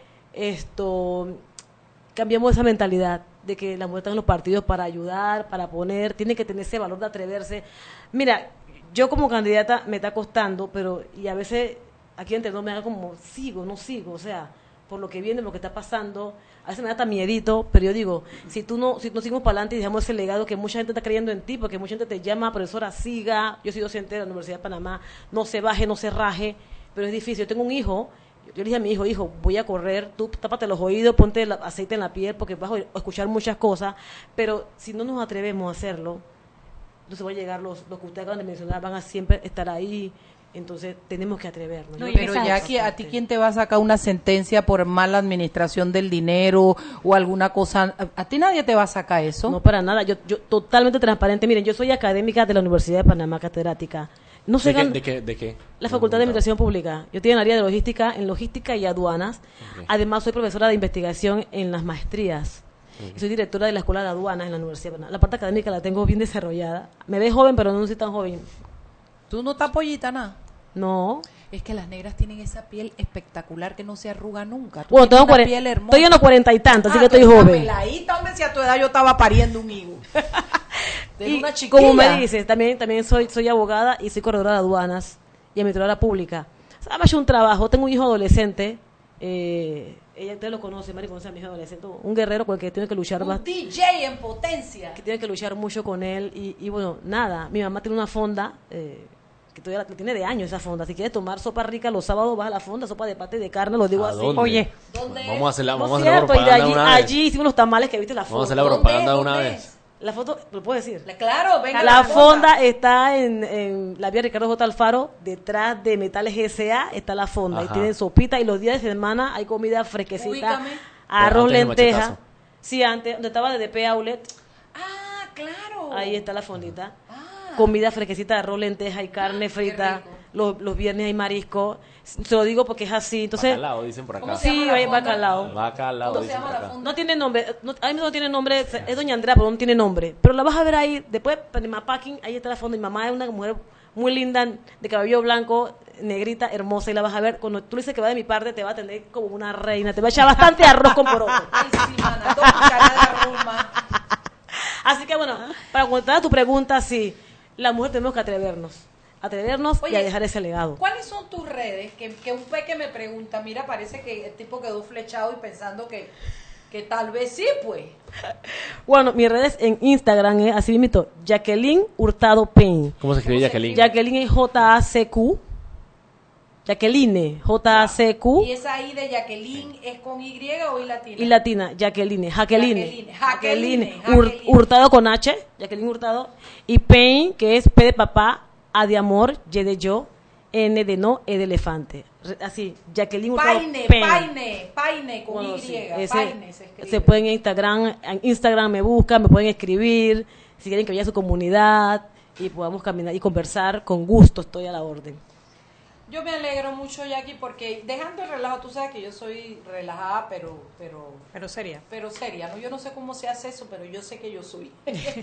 esto cambiamos esa mentalidad de que la mujer está en los partidos para ayudar, para poner, tiene que tener ese valor de atreverse. Mira, yo como candidata me está costando, pero y a veces aquí entre no me haga como sigo, no sigo, o sea, por lo que viene, lo que está pasando, a veces me da hasta miedito, pero yo digo, si tú no, si no seguimos para adelante y dejamos ese legado que mucha gente está creyendo en ti, porque mucha gente te llama, profesora, siga, yo soy docente de la Universidad de Panamá, no se baje, no se raje, pero es difícil. Yo tengo un hijo, yo le dije a mi hijo, hijo, voy a correr, tú tápate los oídos, ponte el aceite en la piel, porque vas a escuchar muchas cosas, pero si no nos atrevemos a hacerlo, entonces van a llegar los, los que ustedes acaban de mencionar, van a siempre estar ahí. Entonces tenemos que atrevernos. No, Yo y creo Pero que ya es que a ti, importante. ¿quién te va a sacar una sentencia por mala administración del dinero o alguna cosa? A, a ti nadie te va a sacar eso. No, para nada. Yo, yo totalmente transparente. Miren, yo soy académica de la Universidad de Panamá, catedrática. No sé ¿De qué? gan- ¿De qué? ¿De qué? La Facultad de Administración Pública. Yo estoy en el área de logística, en logística y aduanas. Ok. Además, soy profesora de investigación en las maestrías. Y soy directora de la Escuela de Aduanas en la Universidad de Panamá. La parte académica la tengo bien desarrollada. Me ves joven, pero no soy tan joven. Tú no estás pollita nada. No. Es que las negras tienen esa piel espectacular que no se arruga nunca. Tú Bueno, tienes tengo una cuarenta, piel hermosa. estoy en los cuarenta y tantos, así Ah, que estoy tú estás joven. peladita, hombre, si a tu edad yo estaba pariendo un higo. De Y una chiquilla. como me dices, también, también soy, soy abogada y soy corredora de aduanas y administradora pública. O sea, me ha hecho un trabajo. Tengo un hijo adolescente. Eh, ella usted lo conoce, Mari conoce a mi hijo adolescente. Un guerrero con el que tiene que luchar más. Un D J en potencia. Que tiene que luchar mucho con él. Y, y bueno, nada. Mi mamá tiene una fonda. Eh, que todavía la, tiene de años esa fonda. Si quieres tomar sopa rica los sábados, vas a la fonda, sopa de pata y de carne, lo digo ¿A así. dónde? Oye. ¿Dónde? Vamos a hacer la, No vamos a es hacer la cierto, y de propaganda allí, de una vez. allí hicimos los tamales que viste la Vamos a hacer foto. la propaganda de ¿Dónde? una ¿Dónde? vez. La foto, ¿lo puedo decir? Claro, venga. La fonda está en, en la vía Ricardo J. Alfaro, detrás de Metales G S A está la fonda. Y Ajá. tienen sopita y los días de semana hay comida fresquecita, Ubícame. arroz, Antes del lenteja. machetazo. Sí, antes, donde estaba de D P Outlet, Ah, claro. ahí está la fondita. Ah. Comida fresquecita, arroz, lenteja y carne frita. rico. Los, los viernes hay marisco. Se lo digo porque es así. Entonces, Bacalao, dicen por acá. ¿Cómo se sí, llama la hay fonda? bacalao. Bacalao, ¿Cómo se dicen llama por la acá. fonda? No tiene nombre, no, ahí mismo no tiene nombre, es Doña Andrea, pero no tiene nombre. Pero la vas a ver ahí, después, Panama Packing, ahí está la fonda. Mi mamá es una mujer muy linda, de cabello blanco, negrita, hermosa, y la vas a ver. Cuando tú le dices que va de mi parte, te va a atender como una reina, te va a echar bastante arroz con poroto. Ay, sí, mana, dos cucharadas de arroz, man. Así que bueno, para contestar a tu pregunta, sí, la mujer tenemos que atrevernos, atrevernos y Oye, a dejar ese legado. ¿Cuáles son tus redes? Que, que un peque me pregunta, mira, parece que el tipo quedó flechado y pensando que, que tal vez sí, pues. Bueno, mis redes en Instagram es así mismo, Jacqueline Hurtado Pain. ¿Cómo se escribe ¿Cómo se Jacqueline? Jacqueline es J A C Q. Jacqueline, J A C Q. ¿Y esa I de Jacqueline es con Y o I latina? Y latina, Jacqueline, Jacqueline, Jacqueline, Jacqueline, Jacqueline, Hur- Jacqueline. Hurtado con H, Jacqueline Hurtado, y Pain, que es P de papá, A de amor, Y de yo, N de no, E de elefante. Re- Así, Jacqueline Hurtado Paine, Pain. paine, paine con Bueno, Y. sí, ese- Paine se escribe. se pueden en Instagram, en Instagram me buscan, me pueden escribir. si quieren que vaya a su comunidad y podamos caminar y conversar, con gusto estoy a la orden. Yo me alegro mucho, Jackie, porque dejando el relajo, tú sabes que yo soy relajada, pero pero pero seria. Pero seria, ¿no? Yo no sé cómo se hace eso, pero yo sé que yo soy.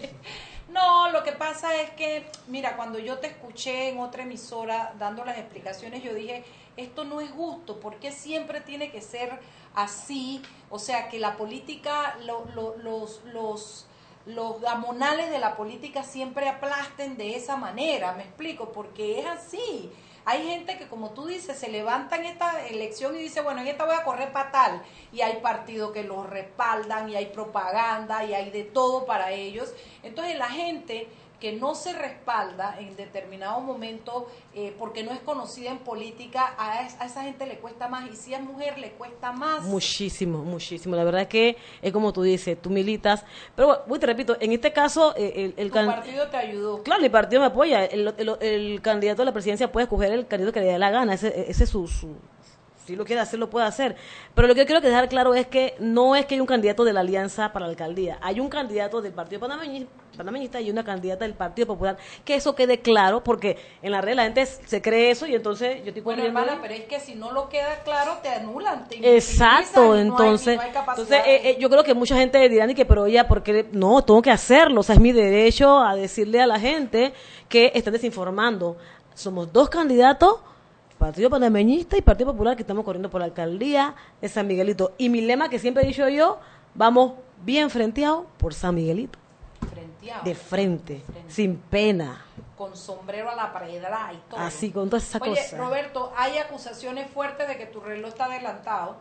No, lo que pasa es que, mira, cuando yo te escuché en otra emisora dando las explicaciones, yo dije, esto no es justo, ¿por qué siempre tiene que ser así? O sea, que la política, lo, lo, los... los los gamonales de la política siempre aplasten de esa manera, me explico, porque es así. Hay gente que, como tú dices, se levanta en esta elección y dice, bueno, en esta voy a correr para tal, y hay partidos que los respaldan, y hay propaganda, y hay de todo para ellos. Entonces la gente que no se respalda en determinado momento eh, porque no es conocida en política, a, es, a esa gente le cuesta más, y si es mujer le cuesta más. Muchísimo, muchísimo. La verdad es que es como tú dices, tú militas, pero bueno, te repito, en este caso eh, el, el tu can... partido te ayudó. Claro, el partido me apoya, el, el, el candidato a la presidencia puede escoger el candidato que le dé la gana, ese, ese es su... su si lo quiere hacer, lo puede hacer. Pero lo que yo quiero dejar claro es que no es que hay un candidato de la Alianza para la alcaldía. Hay un candidato del Partido Panameñista, panameñista y una candidata del Partido Popular. Que eso quede claro, porque en la red la gente se cree eso y entonces yo estoy Bueno, corriendo. hermana, pero es que si no lo queda claro, te anulan. Te Exacto, y entonces, no hay, no hay entonces eh, eh, yo creo que mucha gente dirá, que pero ella, porque no, tengo que hacerlo. O sea, es mi derecho a decirle a la gente que están desinformando. Somos dos candidatos, Partido Panameñista y Partido Popular, que estamos corriendo por la alcaldía de San Miguelito. Y mi lema que siempre he dicho yo, vamos bien frenteados por San Miguelito. Frenteado. De frente, frente, sin pena. Con sombrero a la predra y todo. Así, con todas esas cosas. Oye, Roberto, hay acusaciones fuertes de que tu reloj está adelantado.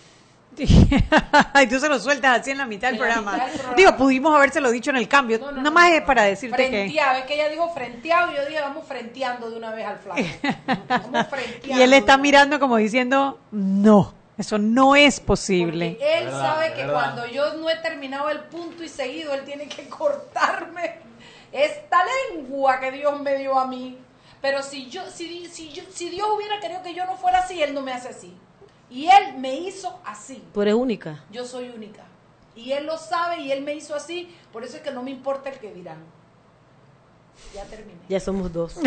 Y tú se lo sueltas así en la mitad del programa. Mitad del programa. Digo, pudimos habérselo dicho en el cambio. No, no, Nada no, más no, es para decirte frenteado, que... es que ella dijo frenteado y yo dije, vamos frenteando de una vez al flaco. Vamos y él está mirando como diciendo, no, eso no es posible. Porque él verdad, sabe que verdad. Cuando yo no he terminado el punto y seguido, él tiene que cortarme esta lengua que Dios me dio a mí. Pero si yo, si, si, yo, si Dios hubiera querido que yo no fuera así, él no me hace así. Y él me hizo así. Tú eres única. Yo soy única. Y él lo sabe y él me hizo así. Por eso es que no me importa el que dirán. Ya terminé. Ya somos dos.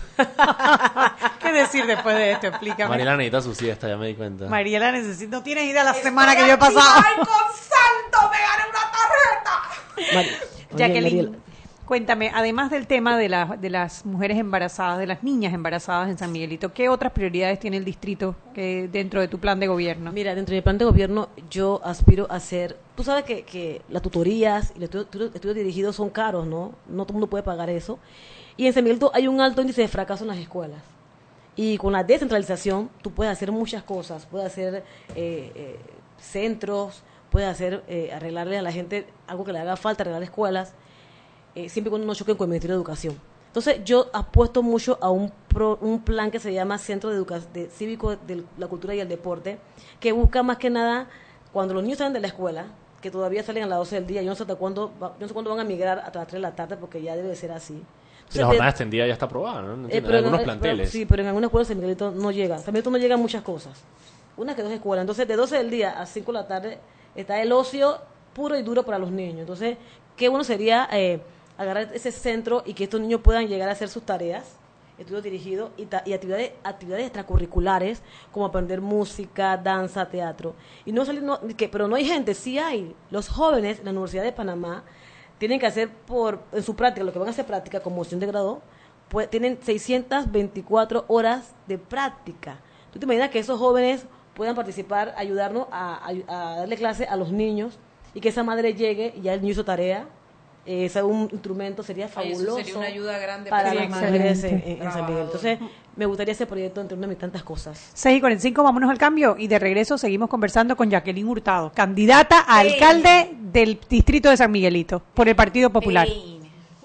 ¿Qué decir después de esto? Explícame. Mariela necesita su siesta, ya me di cuenta. Mariela necesita... No tienes idea la Estoy semana que yo he pasado. ¡Ay, con santo! ¡Me gané una tarjeta! Mari... Jacqueline, cuéntame, además del tema de, la, de las mujeres embarazadas, de las niñas embarazadas en San Miguelito, ¿qué otras prioridades tiene el distrito que dentro de tu plan de gobierno? Mira, dentro de mi plan de gobierno yo aspiro a hacer... Tú sabes que, que las tutorías y los estudios, estudios dirigidos son caros, ¿no? No todo el mundo puede pagar eso. Y en San Miguelito hay un alto índice de fracaso en las escuelas. Y con la descentralización tú puedes hacer muchas cosas. Puedes hacer eh, eh, centros, puedes hacer eh, arreglarle a la gente algo que le haga falta, arreglar escuelas. Eh, siempre cuando no choquen con el Ministerio de Educación. Entonces, yo apuesto mucho a un pro, un plan que se llama Centro de, Educa de Cívico de la Cultura y el Deporte, que busca más que nada, cuando los niños salen de la escuela, que todavía salen a las doce del día, yo no sé hasta cuándo, yo no sé cuándo van a migrar hasta las tres de la tarde, porque ya debe ser así. Entonces, la jornada extendida ya está aprobada, ¿no? no eh, pero en algunos en, planteles. Pero, sí, pero en algunas escuelas San Miguelito no llega. San Miguelito no llega a muchas cosas. Una que dos escuelas. Entonces, de doce del día a cinco de la tarde está el ocio puro y duro para los niños. Entonces, qué bueno sería... Eh, agarrar ese centro y que estos niños puedan llegar a hacer sus tareas, estudios dirigidos y, y actividades, actividades extracurriculares como aprender música, danza, teatro. Y no salir, no, que, pero no hay gente, sí hay. Los jóvenes en la Universidad de Panamá tienen que hacer por en su práctica, lo que van a hacer práctica como opción de grado, pues tienen seiscientas veinticuatro horas de práctica. ¿Tú te imaginas que esos jóvenes puedan participar, ayudarnos a, a, a darle clase a los niños y que esa madre llegue y ya el niño hizo tarea? Eh, un instrumento sería fabuloso. Ay, eso sería una ayuda grande para para las mujeres en, en, en San Miguel. Entonces, me gustaría ese proyecto entre una de tantas cosas. seis y cuarenta y cinco, vámonos al cambio y de regreso seguimos conversando con Jacqueline Hurtado, candidata a sí. alcalde del distrito de San Miguelito por el Partido Popular. Sí.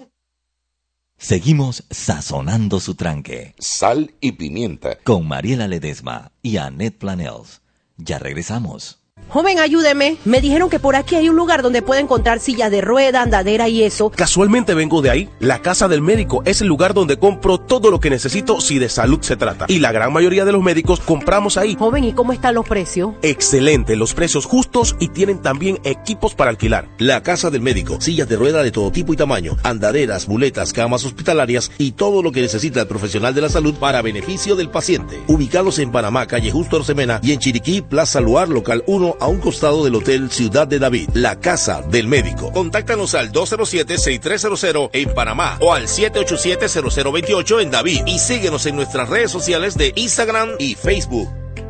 Seguimos sazonando su tranque. Sal y pimienta. Con Mariela Ledesma y Annette Planels. Ya regresamos. Joven, ayúdeme. Me dijeron que por aquí hay un lugar donde puede encontrar sillas de rueda, andadera y eso. Casualmente vengo de ahí. La Casa del Médico es el lugar donde compro todo lo que necesito si de salud se trata. Y la gran mayoría de los médicos compramos ahí. Joven, ¿y cómo están los precios? Excelente, los precios justos y tienen también equipos para alquilar. La Casa del Médico, sillas de rueda de todo tipo y tamaño, andaderas, muletas, camas hospitalarias y todo lo que necesita el profesional de la salud para beneficio del paciente. Ubicados en Panamá, calle Justo Arsemena, y en Chiriquí, Plaza Luar, local uno, a un costado del Hotel Ciudad de David. La Casa del Médico. Contáctanos al dos cero siete, seis tres cero cero en Panamá o al siete ocho siete, cero cero dos ocho en David, y síguenos en nuestras redes sociales de Instagram y Facebook.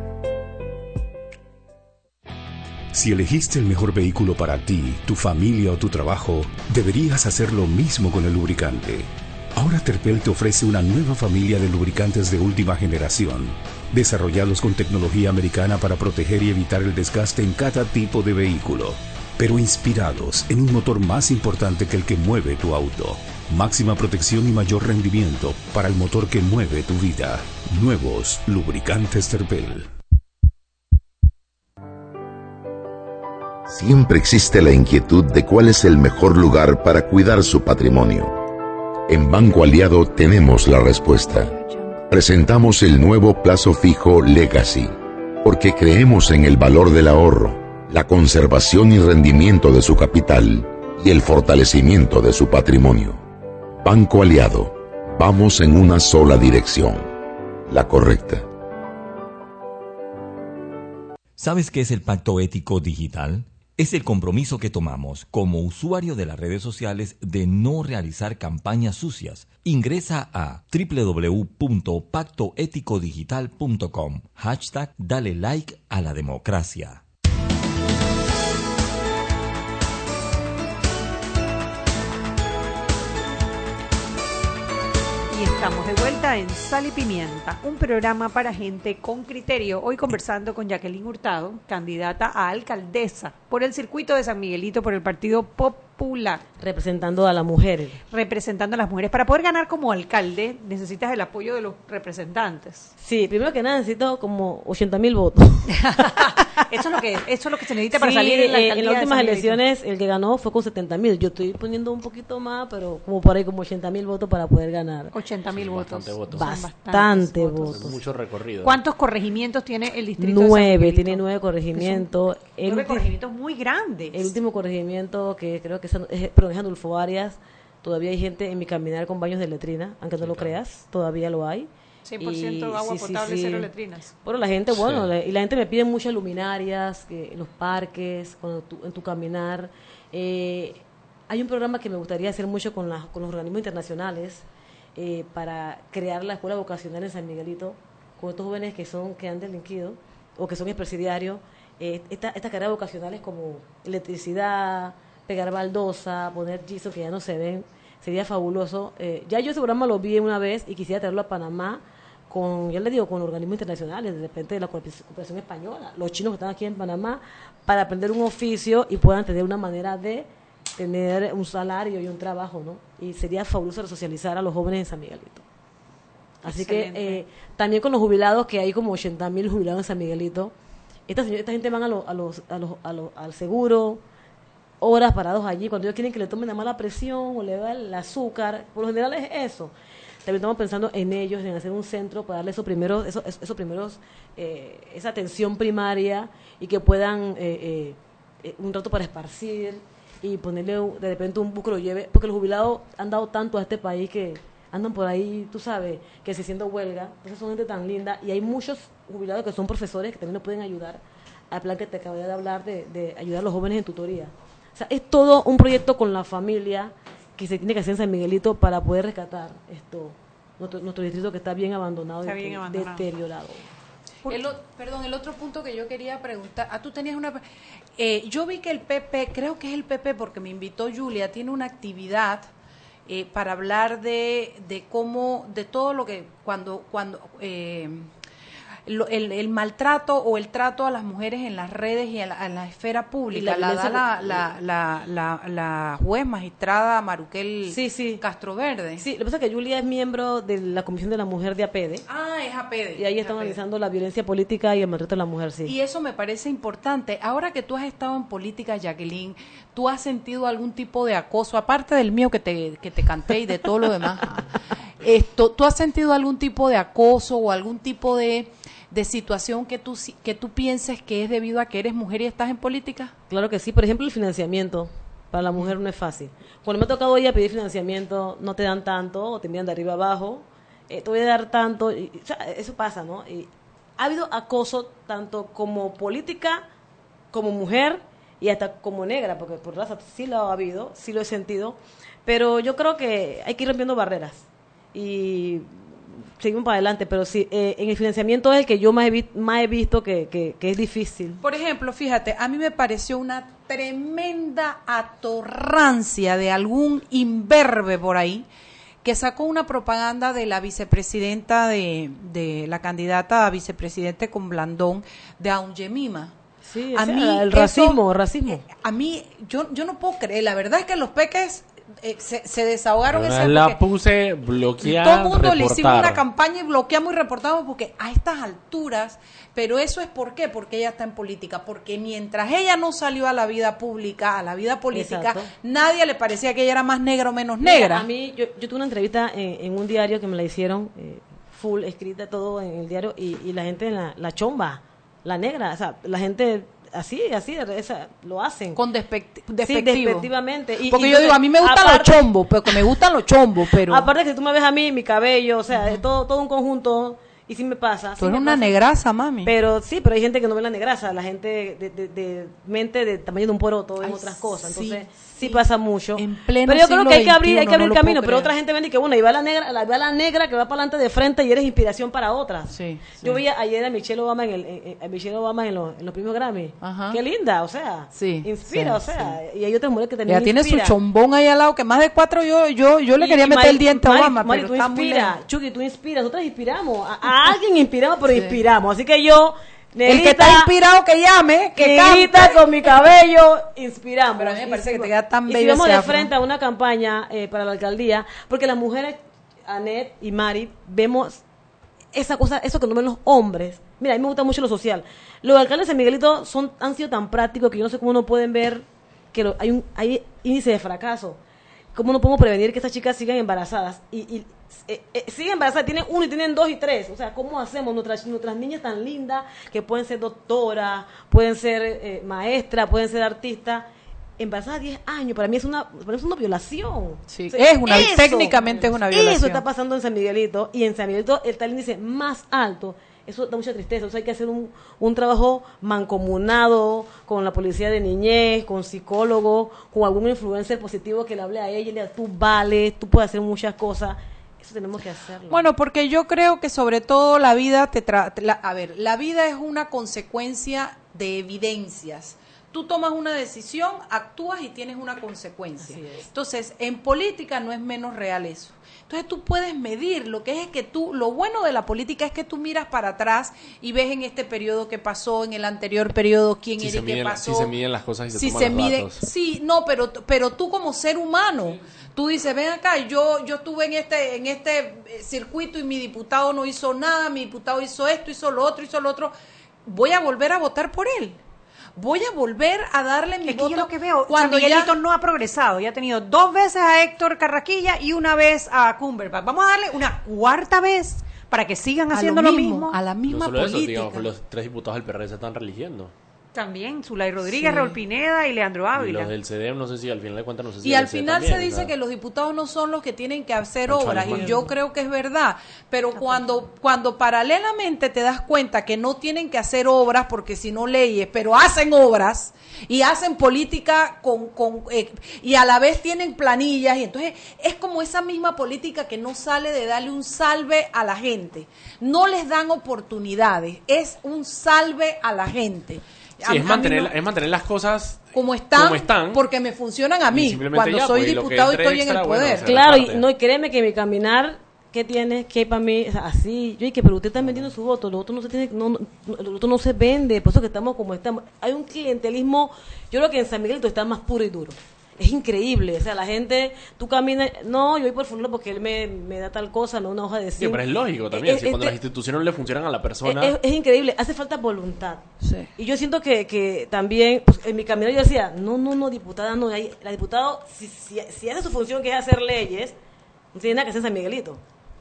Si elegiste el mejor vehículo para ti, tu familia o tu trabajo, deberías hacer lo mismo con el lubricante. Ahora Terpel te ofrece una nueva familia de lubricantes de última generación, desarrollados con tecnología americana para proteger y evitar el desgaste en cada tipo de vehículo, pero inspirados en un motor más importante que el que mueve tu auto. Máxima protección y mayor rendimiento para el motor que mueve tu vida. Nuevos lubricantes Terpel. Siempre existe la inquietud de cuál es el mejor lugar para cuidar su patrimonio. En Banco Aliado tenemos la respuesta. Presentamos el nuevo plazo fijo Legacy, porque creemos en el valor del ahorro, la conservación y rendimiento de su capital y el fortalecimiento de su patrimonio. Banco Aliado, vamos en una sola dirección, la correcta. ¿Sabes qué es el Pacto Ético Digital? Es el compromiso que tomamos como usuario de las redes sociales de no realizar campañas sucias. Ingresa a doble u doble u doble u punto pacto ético digital punto com. Hashtag Dale Like a la Democracia. Estamos de vuelta en Sal y Pimienta, un programa para gente con criterio. Hoy conversando con Jacqueline Hurtado, candidata a alcaldesa por el circuito de San Miguelito por el Partido Popular. Representando a las mujeres. Representando a las mujeres. Para poder ganar como alcalde, necesitas el apoyo de los representantes. Sí, primero que nada necesito como ochenta mil votos. Eso es lo que eso es lo que se necesita para sí, salir en la alcaldía. En las últimas elecciones el que ganó fue con setenta mil. Yo estoy poniendo un poquito más, pero como por ahí como ochenta mil votos para poder ganar. ochenta mil votos. Bastante votos. Bastante votos. votos. Mucho recorrido. ¿Cuántos corregimientos tiene el distrito nueve, de San Miguelito? Tiene nueve corregimientos. El nueve corregimientos muy grandes. El último corregimiento que creo que es, es, pero es Adolfo Arias. Todavía hay gente en mi caminar con baños de letrina, aunque no lo creas, todavía lo hay. cien por ciento y, agua sí, potable, sí, sí. Cero letrinas. Bueno, la gente, bueno, sí. la, y la gente me pide muchas luminarias que en los parques, cuando tú, en tu caminar. Eh, hay un programa que me gustaría hacer mucho con, la, con los organismos internacionales eh, para crear la escuela vocacional en San Miguelito, con estos jóvenes que son que han delinquido o que son expresidiarios. Eh, esta, estas carreras vocacionales como electricidad, pegar baldosa, poner giso que ya no se ven, sería fabuloso. Eh, ya yo ese programa lo vi una vez y quisiera traerlo a Panamá con, ya le digo, con organismos internacionales, de repente de la cooperación española, los chinos que están aquí en Panamá, para aprender un oficio y puedan tener una manera de tener un salario y un trabajo, ¿no? Y sería fabuloso resocializar a los jóvenes en San Miguelito. Así Excelente. que eh, también con los jubilados, que hay como ochenta mil jubilados en San Miguelito, esta, esta gente van a, lo, a, los, a, los, a los al seguro, horas parados allí, cuando ellos quieren que le tomen la mala presión o le va el azúcar, por lo general es eso. También estamos pensando en ellos, en hacer un centro para darle esos primeros, esos, esos primeros, eh, esa atención primaria y que puedan eh, eh, un rato para esparcir y ponerle de repente un bus que lo lleve, porque los jubilados han dado tanto a este país que andan por ahí, tú sabes, que se sienten huelga, entonces son gente tan linda y hay muchos jubilados que son profesores que también nos pueden ayudar al plan que te acabé de hablar de, de ayudar a los jóvenes en tutoría. O sea, es todo un proyecto con la familia que se tiene que hacer en San Miguelito para poder rescatar esto, nuestro, nuestro distrito que está bien abandonado está y bien abandonado. deteriorado. El, perdón, el otro punto que yo quería preguntar, ah, tú tenías una, eh, yo vi que el P P, creo que es el P P porque me invitó Julia, tiene una actividad eh, para hablar de, de cómo, de todo lo que cuando, cuando, eh, lo- el, el maltrato o el trato a las mujeres en las redes y en la, en la esfera pública. Y la La, da violencia la, por- la, la, la, la juez magistrada Maruquel Sí, sí. Castroverde. Sí, lo que pasa es que Julia es miembro de la Comisión de la Mujer de APEDE. Ah, es APEDE. Y ahí es están APEDE. analizando la violencia política y el maltrato de la mujer, sí. Y eso me parece importante. Ahora que tú has estado en política, Jacqueline, ¿tú has sentido algún tipo de acoso, aparte del mío que te, que te canté y de todo lo demás? Esto, ¿tú has sentido algún tipo de acoso o algún tipo de, de situación que tú, si- que tú pienses que es debido a que eres mujer y estás en política? Claro que sí. Por ejemplo, el financiamiento para la mujer no es fácil. Cuando me ha tocado ir a pedir financiamiento, no te dan tanto, o te envían de arriba abajo, eh, te voy a dar tanto, y, o sea, eso pasa, ¿no? Y ha habido acoso tanto como política, como mujer y hasta como negra, porque por raza sí lo ha habido, sí lo he sentido, pero yo creo que hay que ir rompiendo barreras y seguimos para adelante, pero sí, eh, en el financiamiento es el que yo más he, vi- más he visto que, que, que es difícil. Por ejemplo, fíjate, a mí me pareció una tremenda atorrancia de algún imberbe por ahí que sacó una propaganda de la vicepresidenta de, de la candidata a vicepresidente con Blandón, de Aungemima. Sí, A o sea, mí el eso- racismo, el racismo. A mí, yo, yo no puedo creer, la verdad es que los peques eh, se, se desahogaron Una ese vez la porque puse, bloquear, todo el mundo le hicimos reportar. una campaña y bloqueamos y reportamos porque a estas alturas, pero eso es ¿por qué? Porque ella está en política, porque mientras ella no salió a la vida pública, a la vida política, Exacto. nadie le parecía que ella era más negra o menos Mira, negra. a mí, yo, yo tuve una entrevista en, en un diario que me la hicieron, eh, full, escrita todo en el diario, y, y la gente, la, la chomba, la negra, o sea, la gente así, así, esa, lo hacen. Con despect- Sí, despectivo. despectivamente. Y- porque y yo digo, a mí me gustan aparte- los chombos, porque me gustan los chombos, pero Aparte que si tú me ves a mí, mi cabello, o sea, es todo, todo un conjunto, y sí me pasa. sí tú eres me una pasa. negraza, mami. Pero sí, pero hay gente que no ve la negraza, la gente de, de, de mente de tamaño de un poroto, en Ay, otras cosas. sí, Entonces, sí. sí, pasa mucho. En pleno pero yo creo siglo que hay que abrir, hay veintiuno, que abrir no lo camino, puedo pero creer. otra gente ven y que bueno, y va la negra, la, va la negra que va para adelante de frente y eres inspiración para otras. Sí, sí. Yo veía ayer a Michelle Obama en el en, en- a Michelle Obama en los, en los premios Grammy. Ajá. Qué linda, o sea, Sí, inspira, sí, o sea, y hay otras mujeres que también Ella tiene su inspiran. chombón ahí al lado, que más de cuatro yo yo yo le Y- quería y meter Mari- el diente a Mari- Obama, Mari, pero tú está muy inspiras, lejos. Chucky, tú inspiras, nosotras inspiramos. A, a alguien inspiramos, pero inspiramos. Así que yo, El que está inspirado que llame, que negrita cante. con mi cabello, inspiramos. Pero a mí me parece Y que si- te queda tan y bello si vamos ese de afro. frente a una campaña eh, para la alcaldía, porque las mujeres, Anet y Mari, vemos esa cosa, eso que no ven los hombres. Mira, a mí me gusta mucho lo social. Los alcaldes de San Miguelito son, han sido tan prácticos que yo no sé cómo no pueden ver que lo- hay un hay índice de fracaso. ¿Cómo no podemos prevenir que estas chicas sigan embarazadas? Y, y eh, eh, siguen embarazadas, tienen uno y tienen dos y tres. O sea, ¿cómo hacemos? Nuestras, nuestras niñas tan lindas que pueden ser doctoras, pueden ser eh, maestras, pueden ser artistas. Embarazadas a diez años, para mí es una, para mí es una violación. Sí, O sea, es una- técnicamente es una violación. Eso está pasando en San Miguelito, y en San Miguelito está el índice más alto. Eso da mucha tristeza. O sea, hay que hacer un, un trabajo mancomunado con la policía de niñez, con psicólogos, con algún influencer positivo que le hable a ella y le diga, tú vales, tú puedes hacer muchas cosas. Eso tenemos que hacerlo. Bueno, porque yo creo que sobre todo la vida te tra la- a ver, la vida es una consecuencia de evidencias. Tú tomas una decisión, actúas y tienes una consecuencia. Así es. Entonces, en política no es menos real eso. Entonces tú puedes medir, lo que es que tú, lo bueno de la política es que tú miras para atrás y ves en este periodo que pasó, en el anterior periodo, quién Si era se y qué miden la- pasó. si se miden las cosas y se Si toman se los mide, datos. sí, no, pero pero tú como ser humano, tú dices, ven acá, yo yo estuve en este en este eh, circuito y mi diputado no hizo nada, mi diputado hizo esto, hizo lo otro, hizo lo otro, voy a volver a votar por él. Voy a volver a darle mi Es que voto yo lo que veo, cuando San Miguelito ya no ha progresado, ya ha tenido dos veces a Héctor Carraquilla y una vez a Cumberbatch. Vamos a darle una cuarta vez para que sigan a haciendo lo mismo. a la No misma solo eso, política. digamos, los tres diputados del P R se están religiendo. También, Zulay Rodríguez, Sí. Raúl Pineda y Leandro Y Avila. los del C D E M, no sé si al final de cuentas, no sé si Y el al C D E final también, se o dice sea, que los diputados no son los que tienen que hacer Concha obras, y Alemán. yo creo que es verdad, pero cuando cuando paralelamente te das cuenta que no tienen que hacer obras porque si no leyes, pero hacen obras y hacen política con, con eh, y a la vez tienen planillas, y entonces es como esa misma política que no sale de darle un salve a la gente, no les dan oportunidades, es un salve a la gente. A- Sí, a es mí mantener, no- es mantener las cosas como están, como están, porque me funcionan a y mí simplemente cuando ya, soy pues, y lo que diputado y entre estoy en extra, el bueno, poder. se Claro, y, reparte. no, y créeme que mi caminar ¿qué tiene? ¿Qué para mí? O sea, así, yo dije, pero usted está vendiendo su voto, lo otro no se tiene, no, no, lo otro no se vende, por eso que estamos como estamos. Hay un clientelismo, yo creo que en San Miguelito está más puro y duro. Es increíble, o sea, la gente, tú caminas, no, yo voy por fulano porque él me, me da tal cosa, no una hoja de Sí, zinc. pero es lógico también, Es- si cuando este- las instituciones no le funcionan a la persona... Es, es increíble, hace falta voluntad. Sí. Y yo siento que, que también, pues, en mi camino yo decía, no, no, no, diputada, no, hay, la diputada, si, si, si hace su función que es hacer leyes, no tiene nada que hacer en San Miguelito.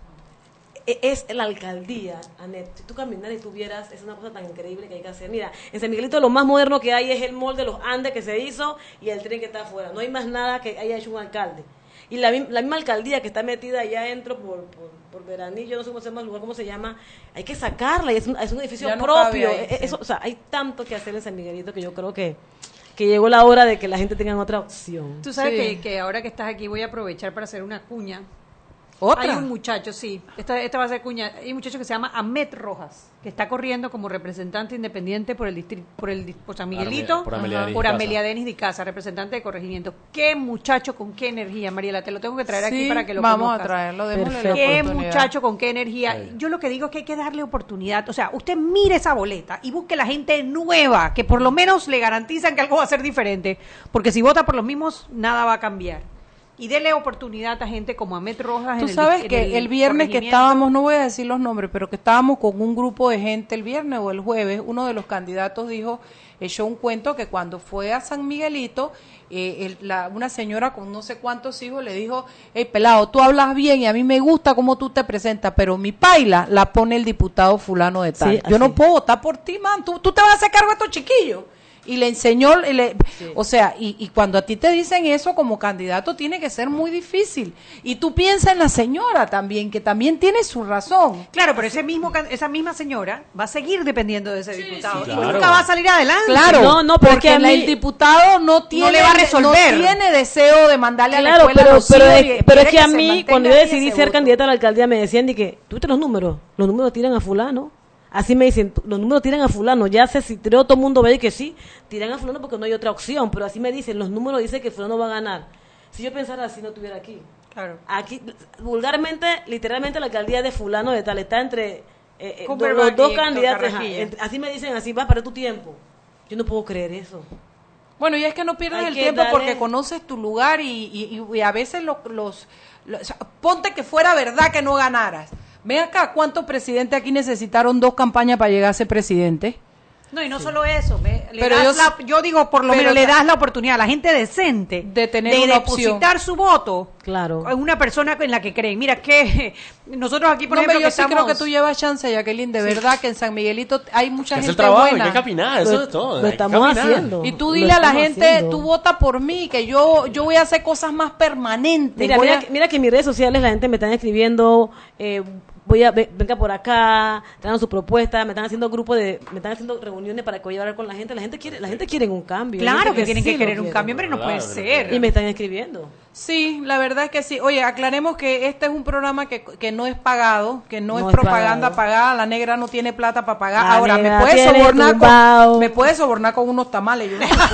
E- Es la alcaldía, Anet. Si tú caminas y tú vieras, es una cosa tan increíble que hay que hacer. Mira, en San Miguelito lo más moderno que hay es el mall de los Andes que se hizo y el tren que está afuera. No hay más nada que haya hecho un alcalde. Y la, mi- la misma alcaldía que está metida allá adentro por, por, por Veranillo, no sé cómo se llama el lugar, cómo se llama, hay que sacarla y es un, es un edificio Ya no propio. cabe ahí, E- sí. eso, o sea, hay tanto que hacer en San Miguelito que yo creo que, que llegó la hora de que la gente tenga otra opción. Tú sabes Sí. que, que ahora que estás aquí voy a aprovechar para hacer una cuña. ¿Otra? Hay un muchacho, sí, esta, esta va a ser cuña. Hay un muchacho que se llama Ahmed Rojas, que está corriendo como representante independiente por el distrito, por el dis- por San Miguelito, Por Amelia Ajá. Denis por Icaza. Amelia Denis de Icaza, representante de corregimiento. Qué muchacho con qué energía, Mariela, te lo tengo que traer aquí Sí, para que lo vamos conozcas. a traerlo, démosle la Perfecto. Qué oportunidad. muchacho con qué energía. Yo lo que digo es que hay que darle oportunidad. O sea, usted mire esa boleta y busque la gente nueva, que por lo menos le garantizan que algo va a ser diferente. Porque si vota por los mismos, nada va a cambiar. Y dele oportunidad a gente como Ahmed Rojas. Tú en el sabes dis- que en el viernes que corregimiento. estábamos, no voy a decir los nombres, pero que estábamos con un grupo de gente el viernes o el jueves, uno de los candidatos dijo, echó un cuento que cuando fue a San Miguelito, eh, el- la- una señora con no sé cuántos hijos le dijo, hey pelado, tú hablas bien y a mí me gusta cómo tú te presentas, pero mi paila la pone el diputado fulano de tal. Sí, Yo así. no puedo votar por ti, man, tú, tú te vas a hacer cargo de estos chiquillos. Y le enseñó, y le- o sea, y, y cuando a ti te dicen eso como candidato tiene que ser muy difícil. Y tú piensas en la señora también, que también tiene su razón. Claro, pero ese mismo, can- esa misma señora va a seguir dependiendo de ese diputado. sí, Y claro. nunca va a salir adelante. Claro, No, no, pero es porque que a la- mí- el diputado no tiene, le va a resolver. no tiene deseo de mandarle a la Claro, escuela a pero, los pero, hijos es, y pero es quiere que a se mí, mantenga cuando yo ahí decidí ese ser voto. candidata a la alcaldía, me decían, di que, ¿tú viste los números? Los números tiran a fulano. Así me dicen, los números tiran a fulano. Ya sé si todo el mundo ve que sí, tiran a fulano porque no hay otra opción. Pero así me dicen, los números dicen que fulano va a ganar. Si yo pensara así, no estuviera aquí. Claro. Aquí, vulgarmente, literalmente, la alcaldía de fulano de tal está entre eh, eh, do- Cooper los Back dos y Héctor candidatos. ajá, Carrasquilla. ent- así me dicen, así va para tu tiempo. Yo no puedo creer eso. Bueno, y es que no pierdas Hay el que tiempo darle- porque conoces tu lugar y, y- y a veces lo- los, los- o sea, ponte que fuera verdad que no ganaras. Ve acá, ¿cuántos presidentes aquí necesitaron dos campañas para llegar a ser presidente? No, y no solo eso. ve, le Pero das yo- la- yo digo, por lo pero menos le ta- das la oportunidad a la gente decente De tener de una depositar su voto Claro. en una persona en la que creen. Mira, que nosotros aquí, por No, ejemplo, pero yo que sí estamos... creo que tú llevas chance, Jacqueline, de verdad que en San Miguelito hay mucha Que es gente el trabajo, buena. hay que caminar, eso Lo- es todo. lo hay que estamos caminar. haciendo. Y tú Lo dile a la estamos gente, haciendo. tú vota por mí, que yo yo voy a hacer cosas más permanentes. Mira, voy mira, a- que- mira que en mis redes sociales la gente me están escribiendo, eh, voy a ve- venga por acá, traigan su propuesta, me están haciendo grupos de, me están haciendo reuniones para que voy a hablar con la gente. La gente quiere, la gente quiere un cambio. hay Claro gente que tienen sí que lo querer un quiere. cambio, hombre, no Claro, puede lo ser. Y me están escribiendo. Sí, la verdad es que sí. Oye, aclaremos que este es un programa que, que no es pagado, que no, No es es propaganda pagado. pagada. La negra no tiene plata para pagar. La Ahora, me negra puede tiene sobornar tumbao. con, me puede sobornar con unos tamales. Yo no sé.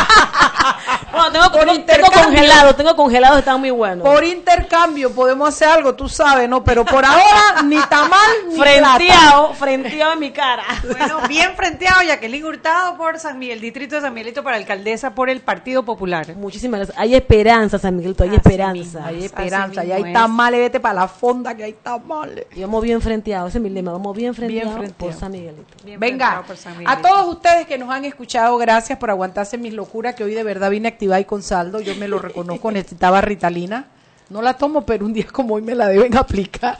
Bueno, tengo, Por tengo, tengo intercambio. congelados, tengo congelados, están muy buenos. Por intercambio podemos hacer algo, tú sabes, ¿no? Pero por ahora ni tamal ni plata. Frenteado, frenteado en mi cara. Bueno, bien frenteado, Jacqueline Hurtado por San Miguel, distrito de San Miguelito para alcaldesa por el Partido Popular. Muchísimas gracias. Hay esperanza, San Miguelito, hay Así esperanza. mismo. Hay Así esperanza, y mismo hay es. tamales, vete para la fonda que hay tamales. Y vamos bien frenteados, ese es mi lema, vamos bien frenteados frenteado. por San Miguelito. Bien Venga, frenteado por San a Miguelito. todos ustedes que nos han escuchado, gracias por aguantarse mis locuras, que hoy de verdad vine activada y con saldo. Yo me lo reconozco, necesitaba Ritalina. No la tomo, pero un día como hoy me la deben aplicar.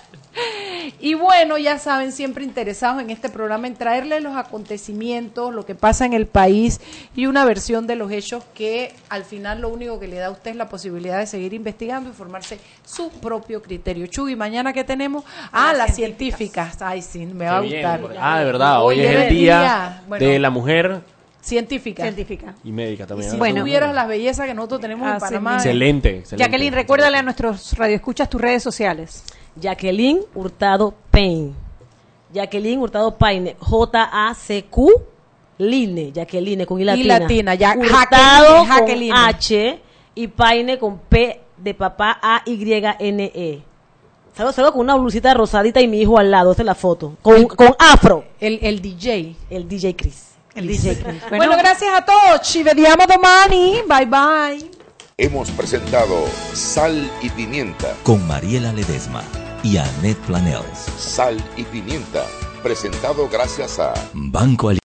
Y bueno, ya saben, siempre interesados en este programa en traerles los acontecimientos, lo que pasa en el país y una versión de los hechos que al final lo único que le da a usted es la posibilidad de seguir investigando y formarse su propio criterio. Chuy, ¿mañana qué tenemos? Ah, las científicas. Ay, sí, me va a Qué bien, gustar. porque- ah, de verdad, hoy, Hoy es era el el día, día, bueno. de la mujer Científica. Científica. y médica también. Si ¿eh? Bueno. tuvieras las bellezas que nosotros tenemos en Así Panamá. mismo. Excelente, excelente. Jacqueline, recuérdale a nuestros radioescuchas tus redes sociales. Jacqueline Hurtado Payne. Jacqueline Hurtado Payne. J A C Q Line. Jacqueline con I latina. latina, ya- Hurtado Jacqueline, Jacqueline. con H y Payne con P de papá A Y N E. Salgo, salgo con una blusita rosadita y mi hijo al lado, esta es la foto. Con, con afro. El, el D J. El D J Chris. El D J Chris. Bueno, bueno, gracias a todos. Ci vediamo domani. Bye bye. Hemos presentado Sal y Pimienta. Con Mariela Ledesma y Annette Planels. Sal y Pimienta, presentado gracias a Banco Alianza.